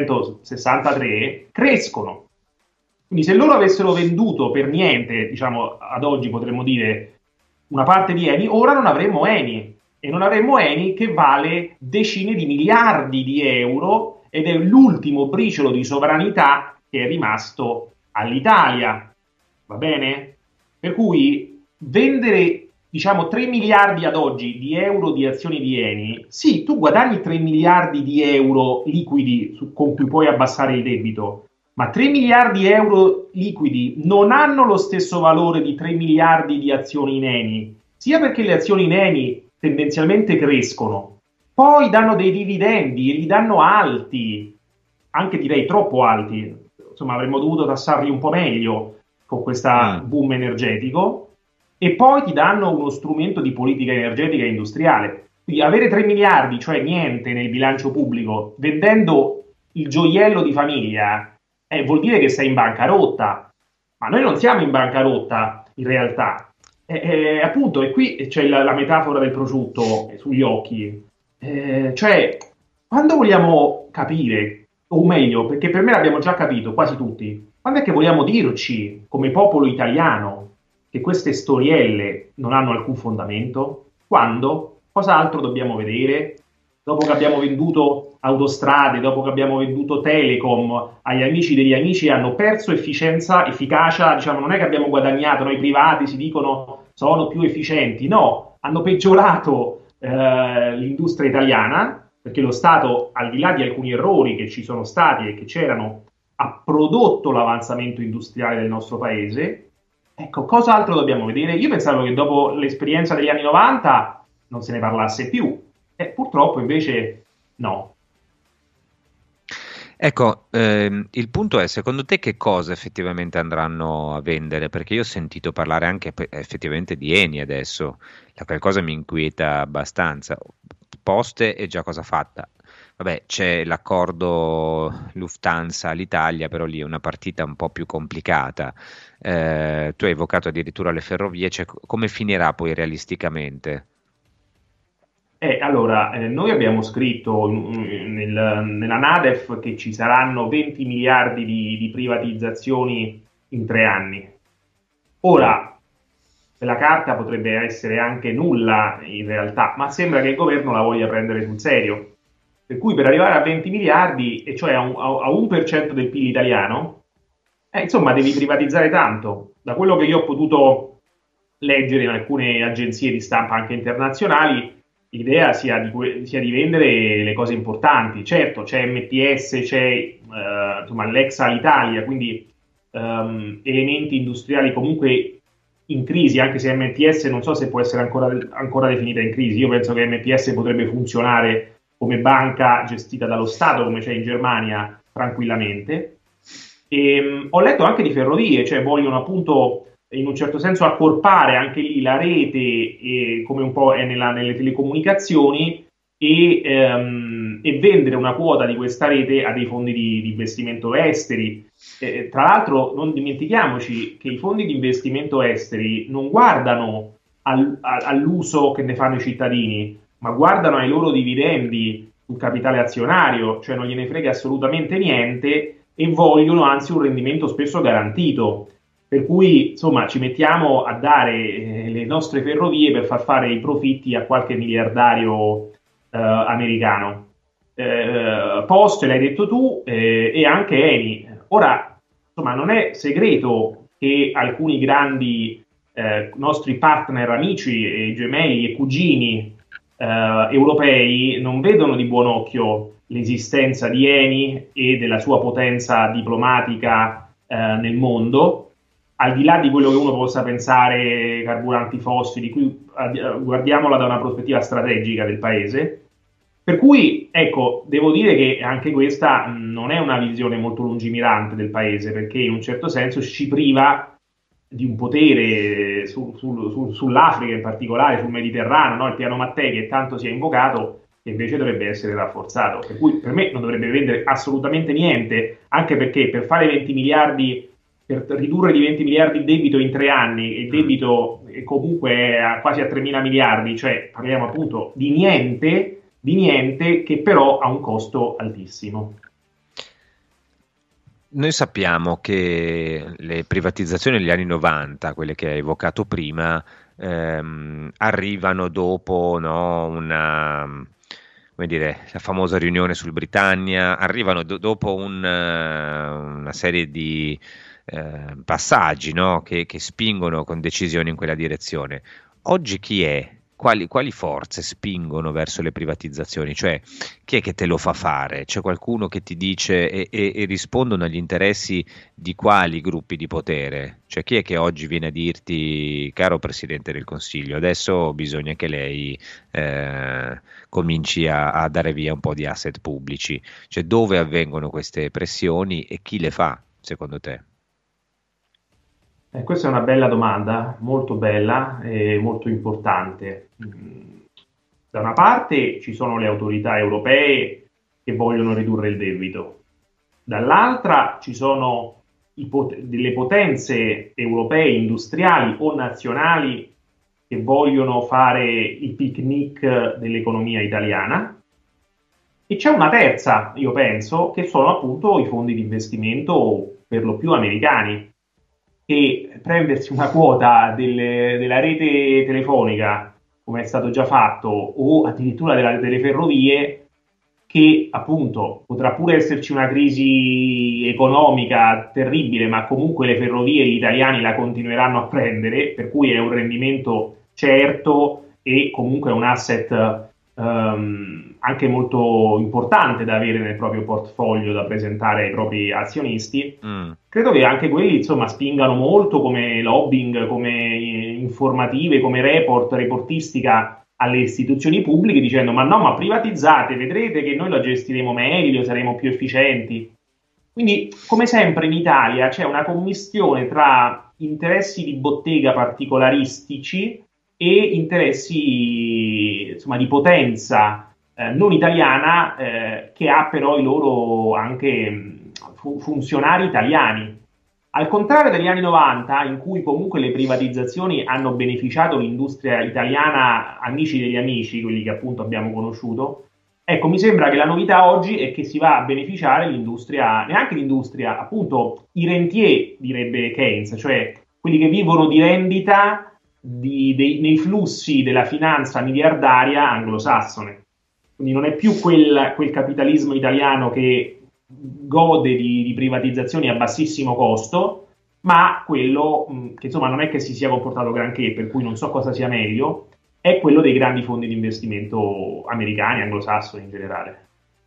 Speaker 18: 1963 crescono. Quindi se loro avessero venduto per niente, diciamo ad oggi potremmo dire, una parte di Eni, ora non avremmo Eni. E non avremmo Eni che vale decine di miliardi di euro ed è l'ultimo briciolo di sovranità che è rimasto all'Italia. Va bene? Per cui vendere, diciamo, 3 miliardi ad oggi di euro di azioni di Eni, sì, tu guadagni 3 miliardi di euro liquidi con cui puoi abbassare il debito, ma 3 miliardi di euro liquidi non hanno lo stesso valore di 3 miliardi di azioni in Eni, sia perché le azioni in Eni tendenzialmente crescono, poi danno dei dividendi e li danno alti, anche direi troppo alti, insomma avremmo dovuto tassarli un po' meglio con questa boom energetico, e poi ti danno uno strumento di politica energetica e industriale. Quindi avere 3 miliardi, cioè niente nel bilancio pubblico, vendendo il gioiello di famiglia, vuol dire che sei in bancarotta. Ma noi non siamo in bancarotta, in realtà. Appunto, e qui c'è la metafora del prosciutto sugli occhi. Cioè, quando vogliamo capire, o meglio, perché per me l'abbiamo già capito, quasi tutti, quando è che vogliamo dirci, come popolo italiano, che queste storielle non hanno alcun fondamento? Quando? Cos'altro dobbiamo vedere? Dopo che abbiamo venduto autostrade, dopo che abbiamo venduto Telecom agli amici degli amici, hanno perso efficacia, diciamo, non è che abbiamo guadagnato, noi privati si dicono sono più efficienti, no, hanno peggiorato l'industria italiana, perché lo Stato, al di là di alcuni errori che ci sono stati e che c'erano, ha prodotto l'avanzamento industriale del nostro paese. Ecco, cosa altro dobbiamo vedere? Io pensavo che dopo l'esperienza degli anni 90 non se ne parlasse più, purtroppo invece no.
Speaker 4: Ecco, il punto è, secondo te che cosa effettivamente andranno a vendere? Perché io ho sentito parlare anche effettivamente di Eni adesso, la qualcosa mi inquieta abbastanza. Poste è già cosa fatta. Vabbè, c'è l'accordo Lufthansa all'Italia, però lì è una partita un po' più complicata. Tu hai evocato addirittura le ferrovie, cioè, come finirà poi realisticamente?
Speaker 18: Allora, noi abbiamo scritto nella NADEF che ci saranno 20 miliardi di privatizzazioni in 3 anni. Ora, la carta potrebbe essere anche nulla in realtà, ma sembra che il governo la voglia prendere sul serio. Per cui per arrivare a 20 miliardi, e cioè a 1% del PIL italiano, insomma, devi privatizzare tanto. Da quello che io ho potuto leggere in alcune agenzie di stampa anche internazionali, l'idea sia di vendere le cose importanti. Certo, c'è MTS, c'è insomma, l'ex Alitalia, quindi elementi industriali comunque in crisi, anche se MTS non so se può essere ancora definita in crisi. Io penso che MTS potrebbe funzionare come banca gestita dallo Stato, come c'è in Germania, tranquillamente. Ho letto anche di ferrovie, cioè vogliono appunto in un certo senso accorpare anche lì la rete, come un po' è nelle telecomunicazioni, e vendere una quota di questa rete a dei fondi di investimento esteri. Tra l'altro non dimentichiamoci che i fondi di investimento esteri non guardano all'uso che ne fanno i cittadini, ma guardano ai loro dividendi sul capitale azionario, cioè non gliene frega assolutamente niente e vogliono anzi un rendimento spesso garantito. Per cui, insomma, ci mettiamo a dare le nostre ferrovie per far fare i profitti a qualche miliardario americano. Poste, l'hai detto tu, e anche Eni. Ora, insomma, non è segreto che alcuni grandi nostri partner, amici, e gemelli e cugini europei non vedono di buon occhio l'esistenza di Eni e della sua potenza diplomatica nel mondo. Al di là di quello che uno possa pensare carburanti fossili, qui guardiamola da una prospettiva strategica del paese. Per cui, ecco, devo dire che anche questa non è una visione molto lungimirante del paese, perché in un certo senso ci priva di un potere sull'Africa in particolare, sul Mediterraneo, no? Il piano Mattei che tanto si è invocato, che invece dovrebbe essere rafforzato. Per cui per me non dovrebbe vendere assolutamente niente, anche perché per fare 20 miliardi... per ridurre di 20 miliardi il debito in 3 anni, e il debito comunque è quasi a 3.000 miliardi, cioè parliamo appunto di niente che però ha un costo altissimo.
Speaker 4: Noi sappiamo che le privatizzazioni negli anni 90, quelle che hai evocato prima, arrivano dopo, no, come dire, la famosa riunione sul Britannia, arrivano dopo una serie di passaggi, no? che spingono con decisione in quella direzione. Oggi chi è? Quali forze spingono verso le privatizzazioni? Cioè, chi è che te lo fa fare? C'è qualcuno che ti dice e rispondono agli interessi di quali gruppi di potere? Cioè, chi è che oggi viene a dirti, caro Presidente del Consiglio, adesso bisogna che lei cominci a dare via un po' di asset pubblici? Cioè, dove avvengono queste pressioni e chi le fa, secondo te?
Speaker 18: Questa è una bella domanda, molto bella e molto importante. Da una parte ci sono le autorità europee che vogliono ridurre il debito, dall'altra ci sono delle potenze europee industriali o nazionali che vogliono fare il picnic dell'economia italiana, e c'è una terza, io penso, che sono appunto i fondi di investimento per lo più americani, che prendersi una quota della rete telefonica, come è stato già fatto, o addirittura delle ferrovie, che appunto potrà pure esserci una crisi economica terribile, ma comunque le ferrovie gli italiani la continueranno a prendere, per cui è un rendimento certo e comunque un asset anche molto importante da avere nel proprio portfolio, da presentare ai propri azionisti. Credo che anche quelli, insomma, spingano molto come lobbying, come informative, come reportistica alle istituzioni pubbliche dicendo ma privatizzate, vedrete che noi lo gestiremo meglio, saremo più efficienti. Quindi, come sempre in Italia, c'è una commistione tra interessi di bottega particolaristici e interessi, insomma, di potenza non italiana, che ha però i loro anche funzionari italiani. Al contrario degli anni 90, in cui comunque le privatizzazioni hanno beneficiato l'industria italiana, amici degli amici, quelli che appunto abbiamo conosciuto, ecco, mi sembra che la novità oggi è che si va a beneficiare l'industria, neanche l'industria, appunto i rentier, direbbe Keynes, cioè quelli che vivono di rendita nei flussi della finanza miliardaria anglosassone. Quindi non è più quel capitalismo italiano che gode di privatizzazioni a bassissimo costo, ma quello che insomma non è che si sia comportato granché, per cui non so cosa sia meglio, è quello dei grandi fondi di investimento americani, anglosassoni in generale.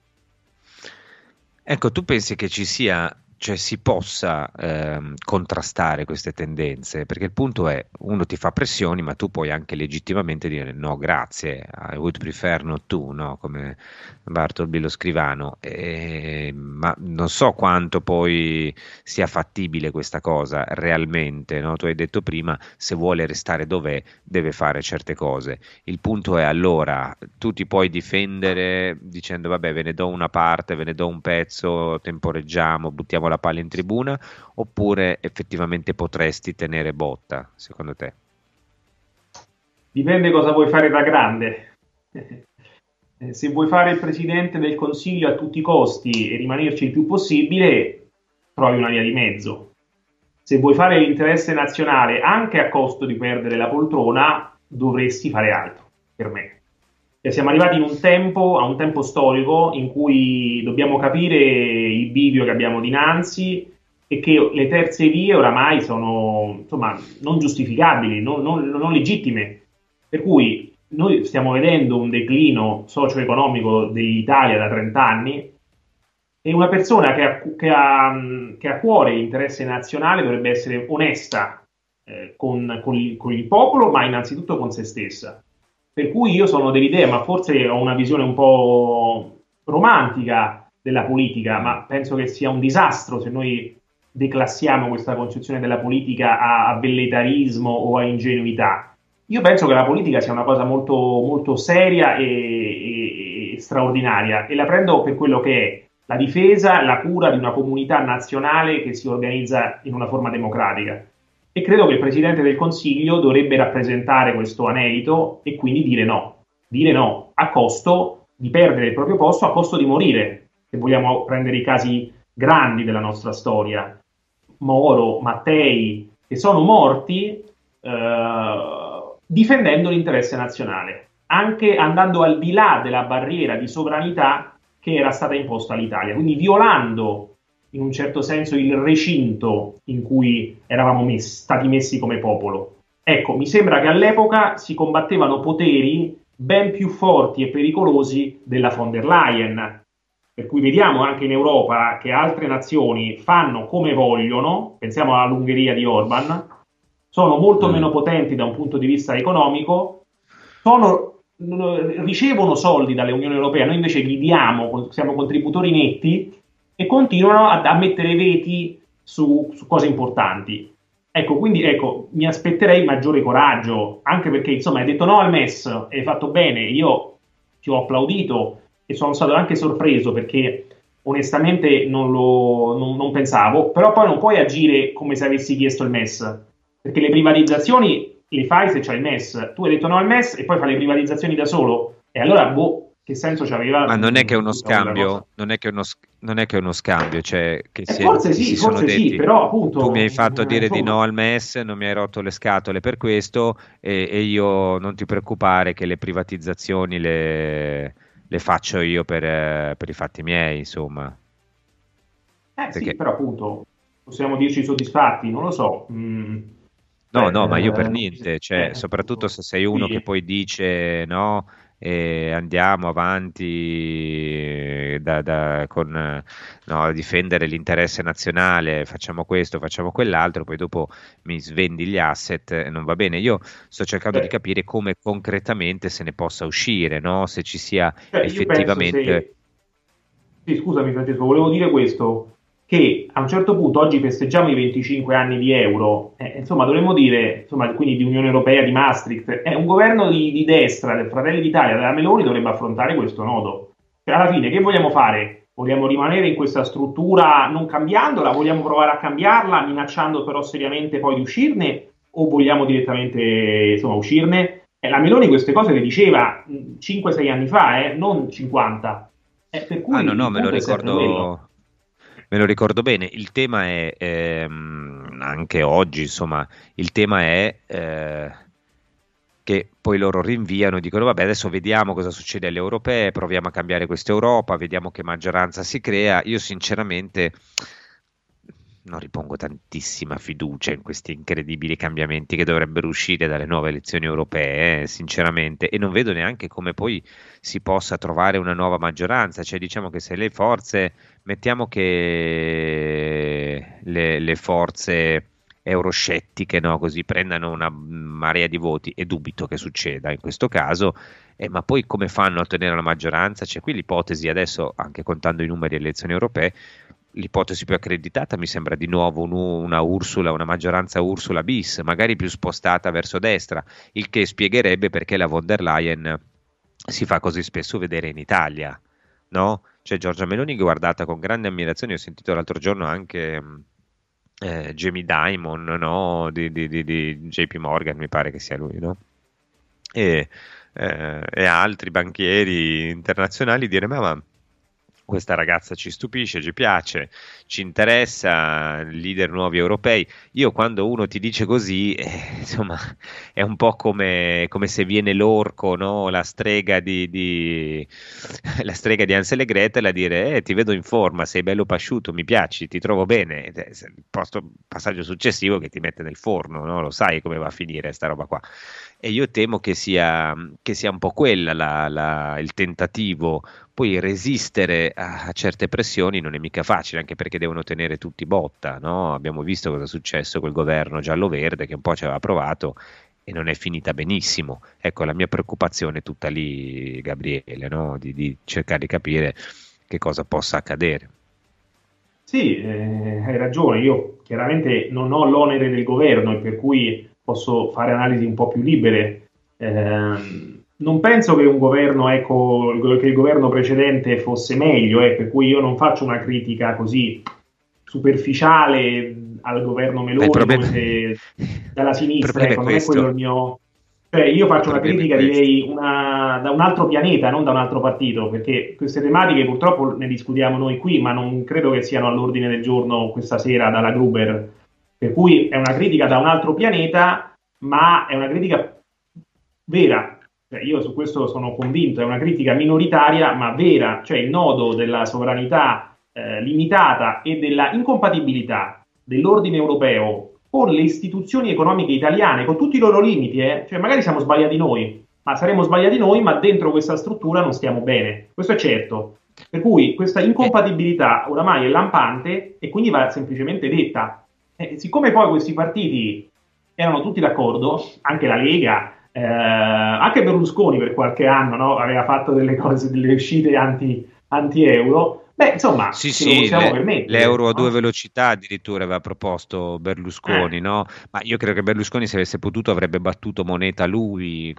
Speaker 4: Ecco, tu pensi che ci sia, cioè si possa contrastare queste tendenze? Perché il punto è, uno ti fa pressioni, ma tu puoi anche legittimamente dire no, grazie, I would prefer not to, no? Come Bartleby lo scrivano, ma non so quanto poi sia fattibile questa cosa realmente, no? Tu hai detto prima, se vuole restare dov'è, deve fare certe cose. Il punto è, allora, tu ti puoi difendere dicendo vabbè, ve ne do una parte, ve ne do un pezzo, temporeggiamo, buttiamo la palla in tribuna, oppure effettivamente potresti tenere botta, secondo te?
Speaker 18: Dipende cosa vuoi fare da grande. Se vuoi fare il presidente del Consiglio a tutti i costi e rimanerci il più possibile, trovi una via di mezzo. Se vuoi fare l'interesse nazionale anche a costo di perdere la poltrona, dovresti fare altro, per me. Siamo arrivati a un tempo storico in cui dobbiamo capire il bivio che abbiamo dinanzi e che le terze vie oramai sono, insomma, non giustificabili, non legittime. Per cui noi stiamo vedendo un declino socio-economico dell'Italia da 30 anni e una persona che ha a cuore l'interesse nazionale dovrebbe essere onesta con il popolo, ma innanzitutto con se stessa. Per cui io sono dell'idea, ma forse ho una visione un po' romantica della politica, ma penso che sia un disastro se noi declassiamo questa concezione della politica a velleitarismo o a ingenuità. Io penso che la politica sia una cosa molto, molto seria e straordinaria, e la prendo per quello che è la difesa, la cura di una comunità nazionale che si organizza in una forma democratica. E credo che il Presidente del Consiglio dovrebbe rappresentare questo anelito e quindi dire no, a costo di perdere il proprio posto, a costo di morire, se vogliamo prendere i casi grandi della nostra storia. Moro, Mattei, che sono morti difendendo l'interesse nazionale, anche andando al di là della barriera di sovranità che era stata imposta all'Italia, quindi violando in un certo senso il recinto in cui eravamo stati messi come popolo. Ecco, mi sembra che all'epoca si combattevano poteri ben più forti e pericolosi della von der Leyen, per cui vediamo anche in Europa che altre nazioni fanno come vogliono, pensiamo all'Ungheria di Orban, sono molto meno potenti da un punto di vista economico, ricevono soldi dall'Unione Europea, noi invece gli diamo, siamo contributori netti, e continuano a mettere veti su cose importanti. Ecco, quindi mi aspetterei maggiore coraggio, anche perché insomma hai detto no al MES, hai fatto bene, io ti ho applaudito e sono stato anche sorpreso perché onestamente non pensavo, però poi non puoi agire come se avessi chiesto il MES, perché le privatizzazioni le fai se c'hai il MES. Tu hai detto no al MES e poi fai le privatizzazioni da solo, e allora che senso c'aveva?
Speaker 4: Ma non è che è uno scambio, non è che è uno scambio, cioè che
Speaker 18: forse sì, però appunto
Speaker 4: tu mi hai fatto dire di no al MES, non mi hai rotto le scatole per questo, e io non ti preoccupare che le privatizzazioni le faccio io per i fatti miei, insomma.
Speaker 18: Sì, però appunto possiamo dirci soddisfatti, non lo so.
Speaker 4: No, ma io per niente, cioè, soprattutto se sei uno che poi dice no, andiamo avanti difendere l'interesse nazionale, facciamo questo, facciamo quell'altro, poi dopo mi svendi gli asset, non va bene. Io sto cercando di capire come concretamente se ne possa uscire, no? Se ci sia effettivamente...
Speaker 18: Sì, scusami Francesco, volevo dire questo, che a un certo punto oggi festeggiamo i 25 anni di euro, insomma dovremmo dire, quindi di Unione Europea, di Maastricht, un governo di destra, del Fratelli d'Italia, della Meloni, dovrebbe affrontare questo nodo. Cioè, alla fine che vogliamo fare? Vogliamo rimanere in questa struttura non cambiandola? Vogliamo provare a cambiarla, minacciando però seriamente poi di uscirne? O vogliamo direttamente uscirne? La Meloni queste cose le diceva 5-6 anni fa, non 50. Per cui
Speaker 4: me lo ricordo bene. Il tema è anche oggi, insomma, il tema è che poi loro rinviano e dicono vabbè, adesso vediamo cosa succede alle europee, proviamo a cambiare questa Europa, vediamo che maggioranza si crea. Io sinceramente non ripongo tantissima fiducia in questi incredibili cambiamenti che dovrebbero uscire dalle nuove elezioni europee, sinceramente, e non vedo neanche come poi si possa trovare una nuova maggioranza. Cioè, diciamo che se le forze, mettiamo che le forze euroscettiche, no, così prendano una marea di voti, e dubito che succeda in questo caso, ma poi come fanno a ottenere la maggioranza? C'è qui l'ipotesi, adesso anche contando i numeri delle elezioni europee, l'ipotesi più accreditata mi sembra di nuovo una maggioranza Ursula bis, magari più spostata verso destra, il che spiegherebbe perché la von der Leyen si fa così spesso vedere in Italia, no? Cioè Giorgia Meloni guardata con grande ammirazione. Ho sentito l'altro giorno anche Jamie Dimon, no? di JP Morgan, mi pare che sia lui, no? E altri banchieri internazionali dire ma questa ragazza ci stupisce, ci piace, ci interessa, leader nuovi europei. Io quando uno ti dice così, insomma, è un po' come se viene l'orco, no? La strega di Hansel e Gretel a dire ti vedo in forma, sei bello pasciuto, mi piaci, ti trovo bene. Il passaggio successivo che ti mette nel forno, no? Lo sai come va a finire sta roba qua. E io temo che sia un po' quella il tentativo. Poi resistere a certe pressioni non è mica facile, anche perché devono tenere tutti botta, no? Abbiamo visto cosa è successo col governo giallo-verde che un po' ci aveva provato e non è finita benissimo. Ecco, la mia preoccupazione è tutta lì, Gabriele, no? Di cercare di capire che cosa possa accadere.
Speaker 18: Sì, hai ragione. Io chiaramente non ho l'onere del governo e per cui posso fare analisi un po' più libere. Non penso che un governo, che il governo precedente fosse meglio, per cui io non faccio una critica così superficiale al governo Meloni come se dalla sinistra, non è quello il mio... Cioè, io faccio una critica, direi, da un altro pianeta, non da un altro partito, perché queste tematiche purtroppo ne discutiamo noi qui, ma non credo che siano all'ordine del giorno questa sera dalla Gruber, per cui è una critica da un altro pianeta, ma è una critica vera. Io su questo sono convinto, è una critica minoritaria ma vera, cioè il nodo della sovranità limitata e della incompatibilità dell'ordine europeo con le istituzioni economiche italiane, con tutti i loro limiti, cioè magari siamo sbagliati noi, ma saremo sbagliati noi, ma dentro questa struttura non stiamo bene, questo è certo. Per cui questa incompatibilità oramai è lampante e quindi va semplicemente detta. Siccome poi questi partiti erano tutti d'accordo, anche la Lega, anche Berlusconi per qualche anno, no? Aveva fatto delle cose, delle uscite anti-euro, insomma,
Speaker 4: sì,
Speaker 18: possiamo permettere,
Speaker 4: l'euro a 2 velocità addirittura aveva proposto Berlusconi, no? Ma io credo che Berlusconi, se avesse potuto, avrebbe battuto moneta lui,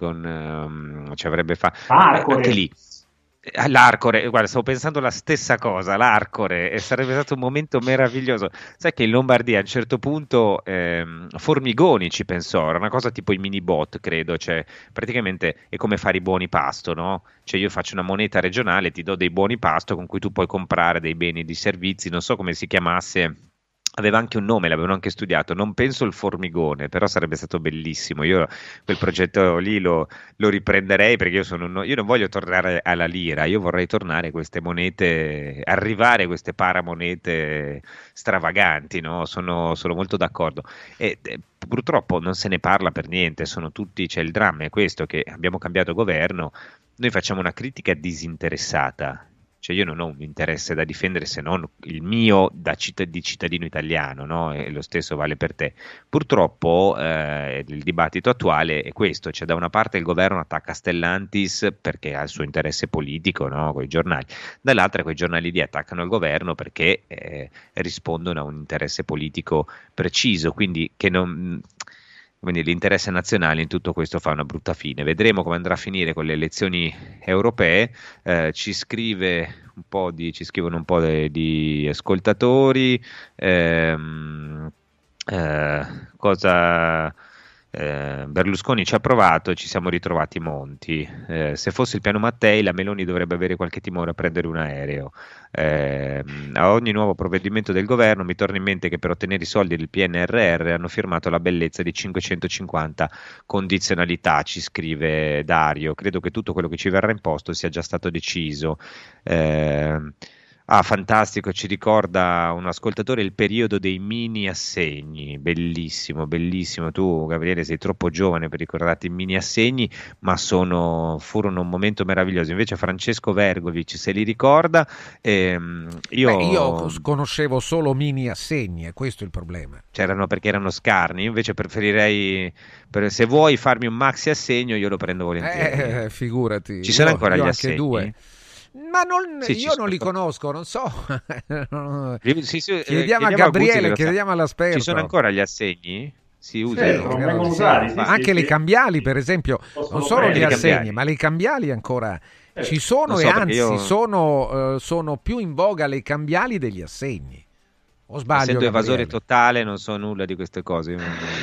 Speaker 4: ci avrebbe fatto anche lì. L'Arcore, guarda, stavo pensando la stessa cosa, l'Arcore, e sarebbe stato un momento meraviglioso. Sai che in Lombardia a un certo punto Formigoni ci pensò, era una cosa tipo i mini bot, credo, cioè praticamente è come fare i buoni pasto, no? Cioè io faccio una moneta regionale, ti do dei buoni pasto con cui tu puoi comprare dei beni e dei servizi, non so come si chiamasse. Aveva anche un nome, l'avevano anche studiato, non penso il Formigone, però sarebbe stato bellissimo. Io quel progetto lì lo riprenderei, perché io non voglio tornare alla lira, io vorrei tornare a queste monete, arrivare a queste paramonete stravaganti, no? Sono molto d'accordo. E purtroppo non se ne parla per niente, c'è il dramma è questo, che abbiamo cambiato governo, noi facciamo una critica disinteressata. Cioè io non ho un interesse da difendere se non il mio di cittadino italiano, no? E lo stesso vale per te. Purtroppo il dibattito attuale è questo, cioè da una parte il governo attacca Stellantis perché ha il suo interesse politico, no? Con i giornali, dall'altra quei giornali lì attaccano il governo perché rispondono a un interesse politico preciso, quindi quindi l'interesse nazionale in tutto questo fa una brutta fine. Vedremo come andrà a finire con le elezioni europee. Ci scrivono un po' di ascoltatori. Berlusconi ci ha provato, ci siamo ritrovati Monti. Se fosse il piano Mattei, la Meloni dovrebbe avere qualche timore a prendere un aereo. A ogni nuovo provvedimento del governo mi torna in mente che per ottenere i soldi del PNRR hanno firmato la bellezza di 550 condizionalità, ci scrive Dario. Credo che tutto quello che ci verrà imposto sia già stato deciso. Fantastico, ci ricorda un ascoltatore il periodo dei mini assegni, bellissimo, bellissimo. Tu, Gabriele, sei troppo giovane per ricordarti i mini assegni, ma furono un momento meraviglioso. Invece Francesco Vergovic se li ricorda. Io
Speaker 3: conoscevo solo mini assegni, e questo è il problema.
Speaker 4: Perché erano scarni. Io invece preferirei, se vuoi farmi un maxi assegno, io lo prendo volentieri.
Speaker 3: Figurati.
Speaker 4: Ci sono ancora gli assegni?
Speaker 3: Anche due. Ma io non li conosco, non so. Chiediamo a Gabriele, chiediamo all'esperto.
Speaker 4: Ci sono ancora gli assegni? Si
Speaker 18: usano? Non vengono usati.
Speaker 3: Anche le cambiali, per esempio, non solo gli assegni, ma le cambiali ancora ci sono, e anzi sono più in voga le cambiali degli assegni. O sbaglio?
Speaker 4: Essendo evasore totale, non so nulla di queste cose.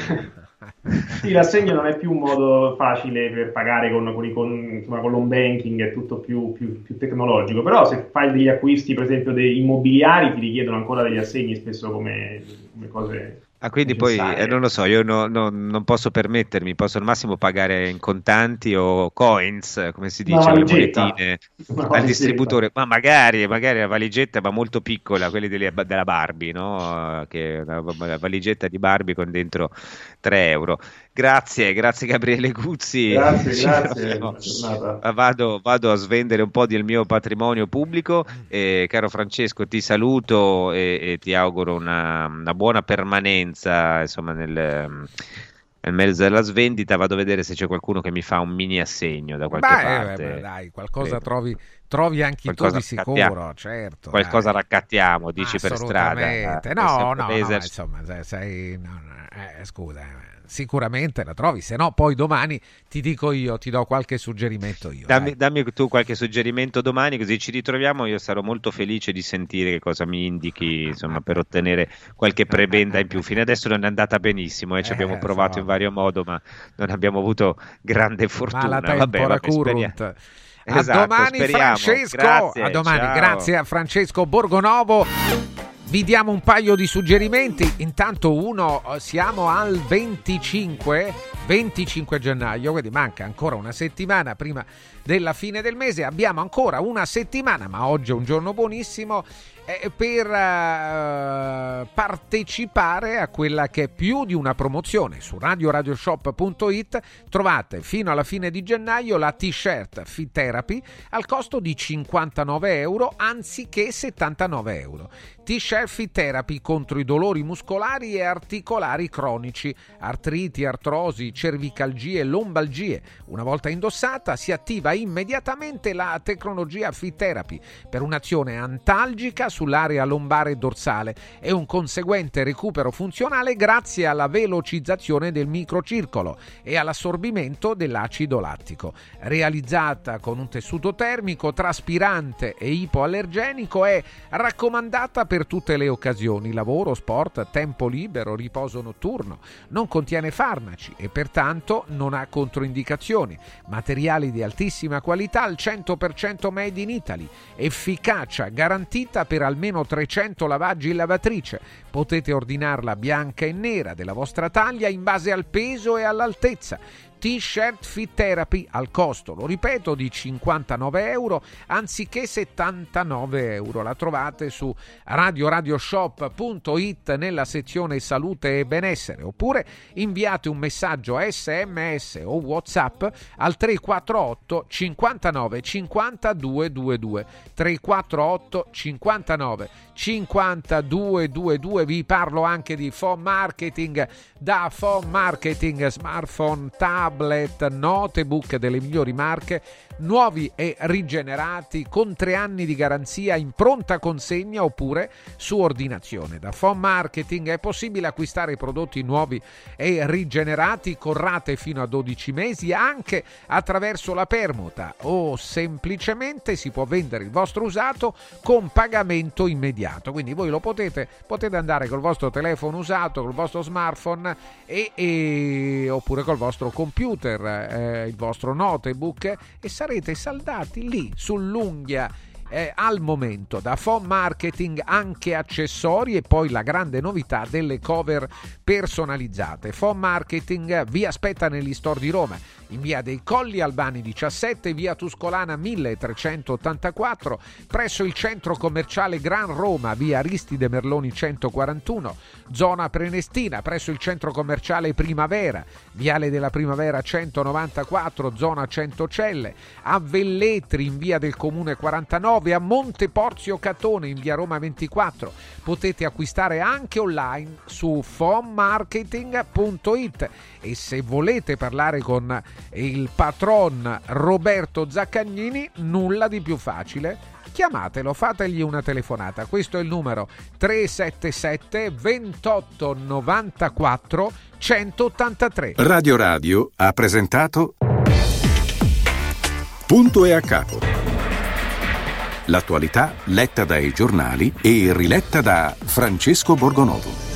Speaker 18: Sì, l'assegno non è più un modo facile per pagare con l'home banking, è tutto più tecnologico, però se fai degli acquisti, per esempio dei immobiliari, ti richiedono ancora degli assegni spesso come cose.
Speaker 4: Quindi poi non lo so, io non posso permettermi, posso al massimo pagare in contanti o coins, come si dice, le monetine al distributore, ma magari la valigetta, ma molto piccola, quelli della Barbie, no? Che è una valigetta di Barbie con dentro 3 euro. Grazie Gabriele Guzzi.
Speaker 18: Grazie.
Speaker 4: Vado a svendere un po' del mio patrimonio pubblico. Caro Francesco, ti saluto e ti auguro una buona permanenza, insomma, nel mezzo della svendita. Vado a vedere se c'è qualcuno che mi fa un mini assegno da qualche parte.
Speaker 3: Dai, qualcosa trovi anche tu di sicuro, certo.
Speaker 4: Qualcosa raccattiamo, dici, per strada.
Speaker 3: No, insomma, scusa. Sicuramente la trovi, se no poi domani ti dico io, ti do qualche suggerimento io.
Speaker 4: Dammi tu qualche suggerimento domani, così ci ritroviamo. Io sarò molto felice di sentire che cosa mi indichi, insomma, per ottenere qualche prebenda in più. Fino adesso non è andata benissimo, ci abbiamo provato in vario modo, ma non abbiamo avuto grande fortuna.
Speaker 3: Esatto, a domani,
Speaker 4: speriamo.
Speaker 3: Francesco. A domani, ciao. Grazie a Francesco Borgonovo. Vi diamo un paio di suggerimenti. Intanto siamo al 25 gennaio, quindi manca ancora una settimana prima della fine del mese. Abbiamo ancora una settimana, ma oggi è un giorno buonissimo, per partecipare a quella che è più di una promozione. Su radioshop.it trovate fino alla fine di gennaio la t-shirt Fit Therapy al costo di 59 euro anziché 79 euro. T-shirt Fit Therapy contro i dolori muscolari e articolari cronici, artriti, artrosi, cervicalgie, lombalgie. Una volta indossata si attiva immediatamente la tecnologia Fit Therapy per un'azione antalgica sull'area lombare e dorsale e un conseguente recupero funzionale grazie alla velocizzazione del microcircolo e all'assorbimento dell'acido lattico. Realizzata con un tessuto termico, traspirante e ipoallergenico, è raccomandata per tutte le occasioni: lavoro, sport, tempo libero, riposo notturno. Non contiene farmaci e pertanto non ha controindicazioni. Materiali di altissima qualità al 100% made in Italy. Efficacia garantita per almeno 300 lavaggi in lavatrice. Potete ordinarla bianca e nera della vostra taglia in base al peso e all'altezza. T-shirt Fit Therapy al costo, lo ripeto, di €59 anziché €79. La trovate su radioshop.it nella sezione salute e benessere, oppure inviate un messaggio SMS o WhatsApp al 348 59 50 222 348 59 50 222. Vi parlo anche di phone marketing. Da phone marketing, smartphone, tablet, notebook delle migliori marche, nuovi e rigenerati con 3 anni di garanzia in pronta consegna oppure su ordinazione. Da phone marketing è possibile acquistare prodotti nuovi e rigenerati con rate fino a 12 mesi anche attraverso la permuta, o semplicemente si può vendere il vostro usato con pagamento immediato. Quindi voi lo potete andare col vostro telefono usato, col vostro smartphone oppure col vostro computer, il vostro notebook, e sarete saldati lì sull'unghia. Al momento. Da phone marketing anche accessori e poi la grande novità delle cover personalizzate. Phone marketing vi aspetta negli store di Roma, in via dei Colli Albani 17, via Tuscolana 1384, presso il centro commerciale Gran Roma, via Aristide Merloni 141, zona Prenestina, presso il centro commerciale Primavera, viale della Primavera 194, zona Centocelle, a Velletri in via del Comune 49, a Monte Porzio Catone in via Roma 24. Potete acquistare anche online su phonemarketing.it, e se volete parlare con il patron Roberto Zaccagnini, nulla di più facile. Chiamatelo, fategli una telefonata. Questo è il numero 377 28 94 183.
Speaker 1: Radio ha presentato Punto e a capo. L'attualità letta dai giornali e riletta da Francesco Borgonovo.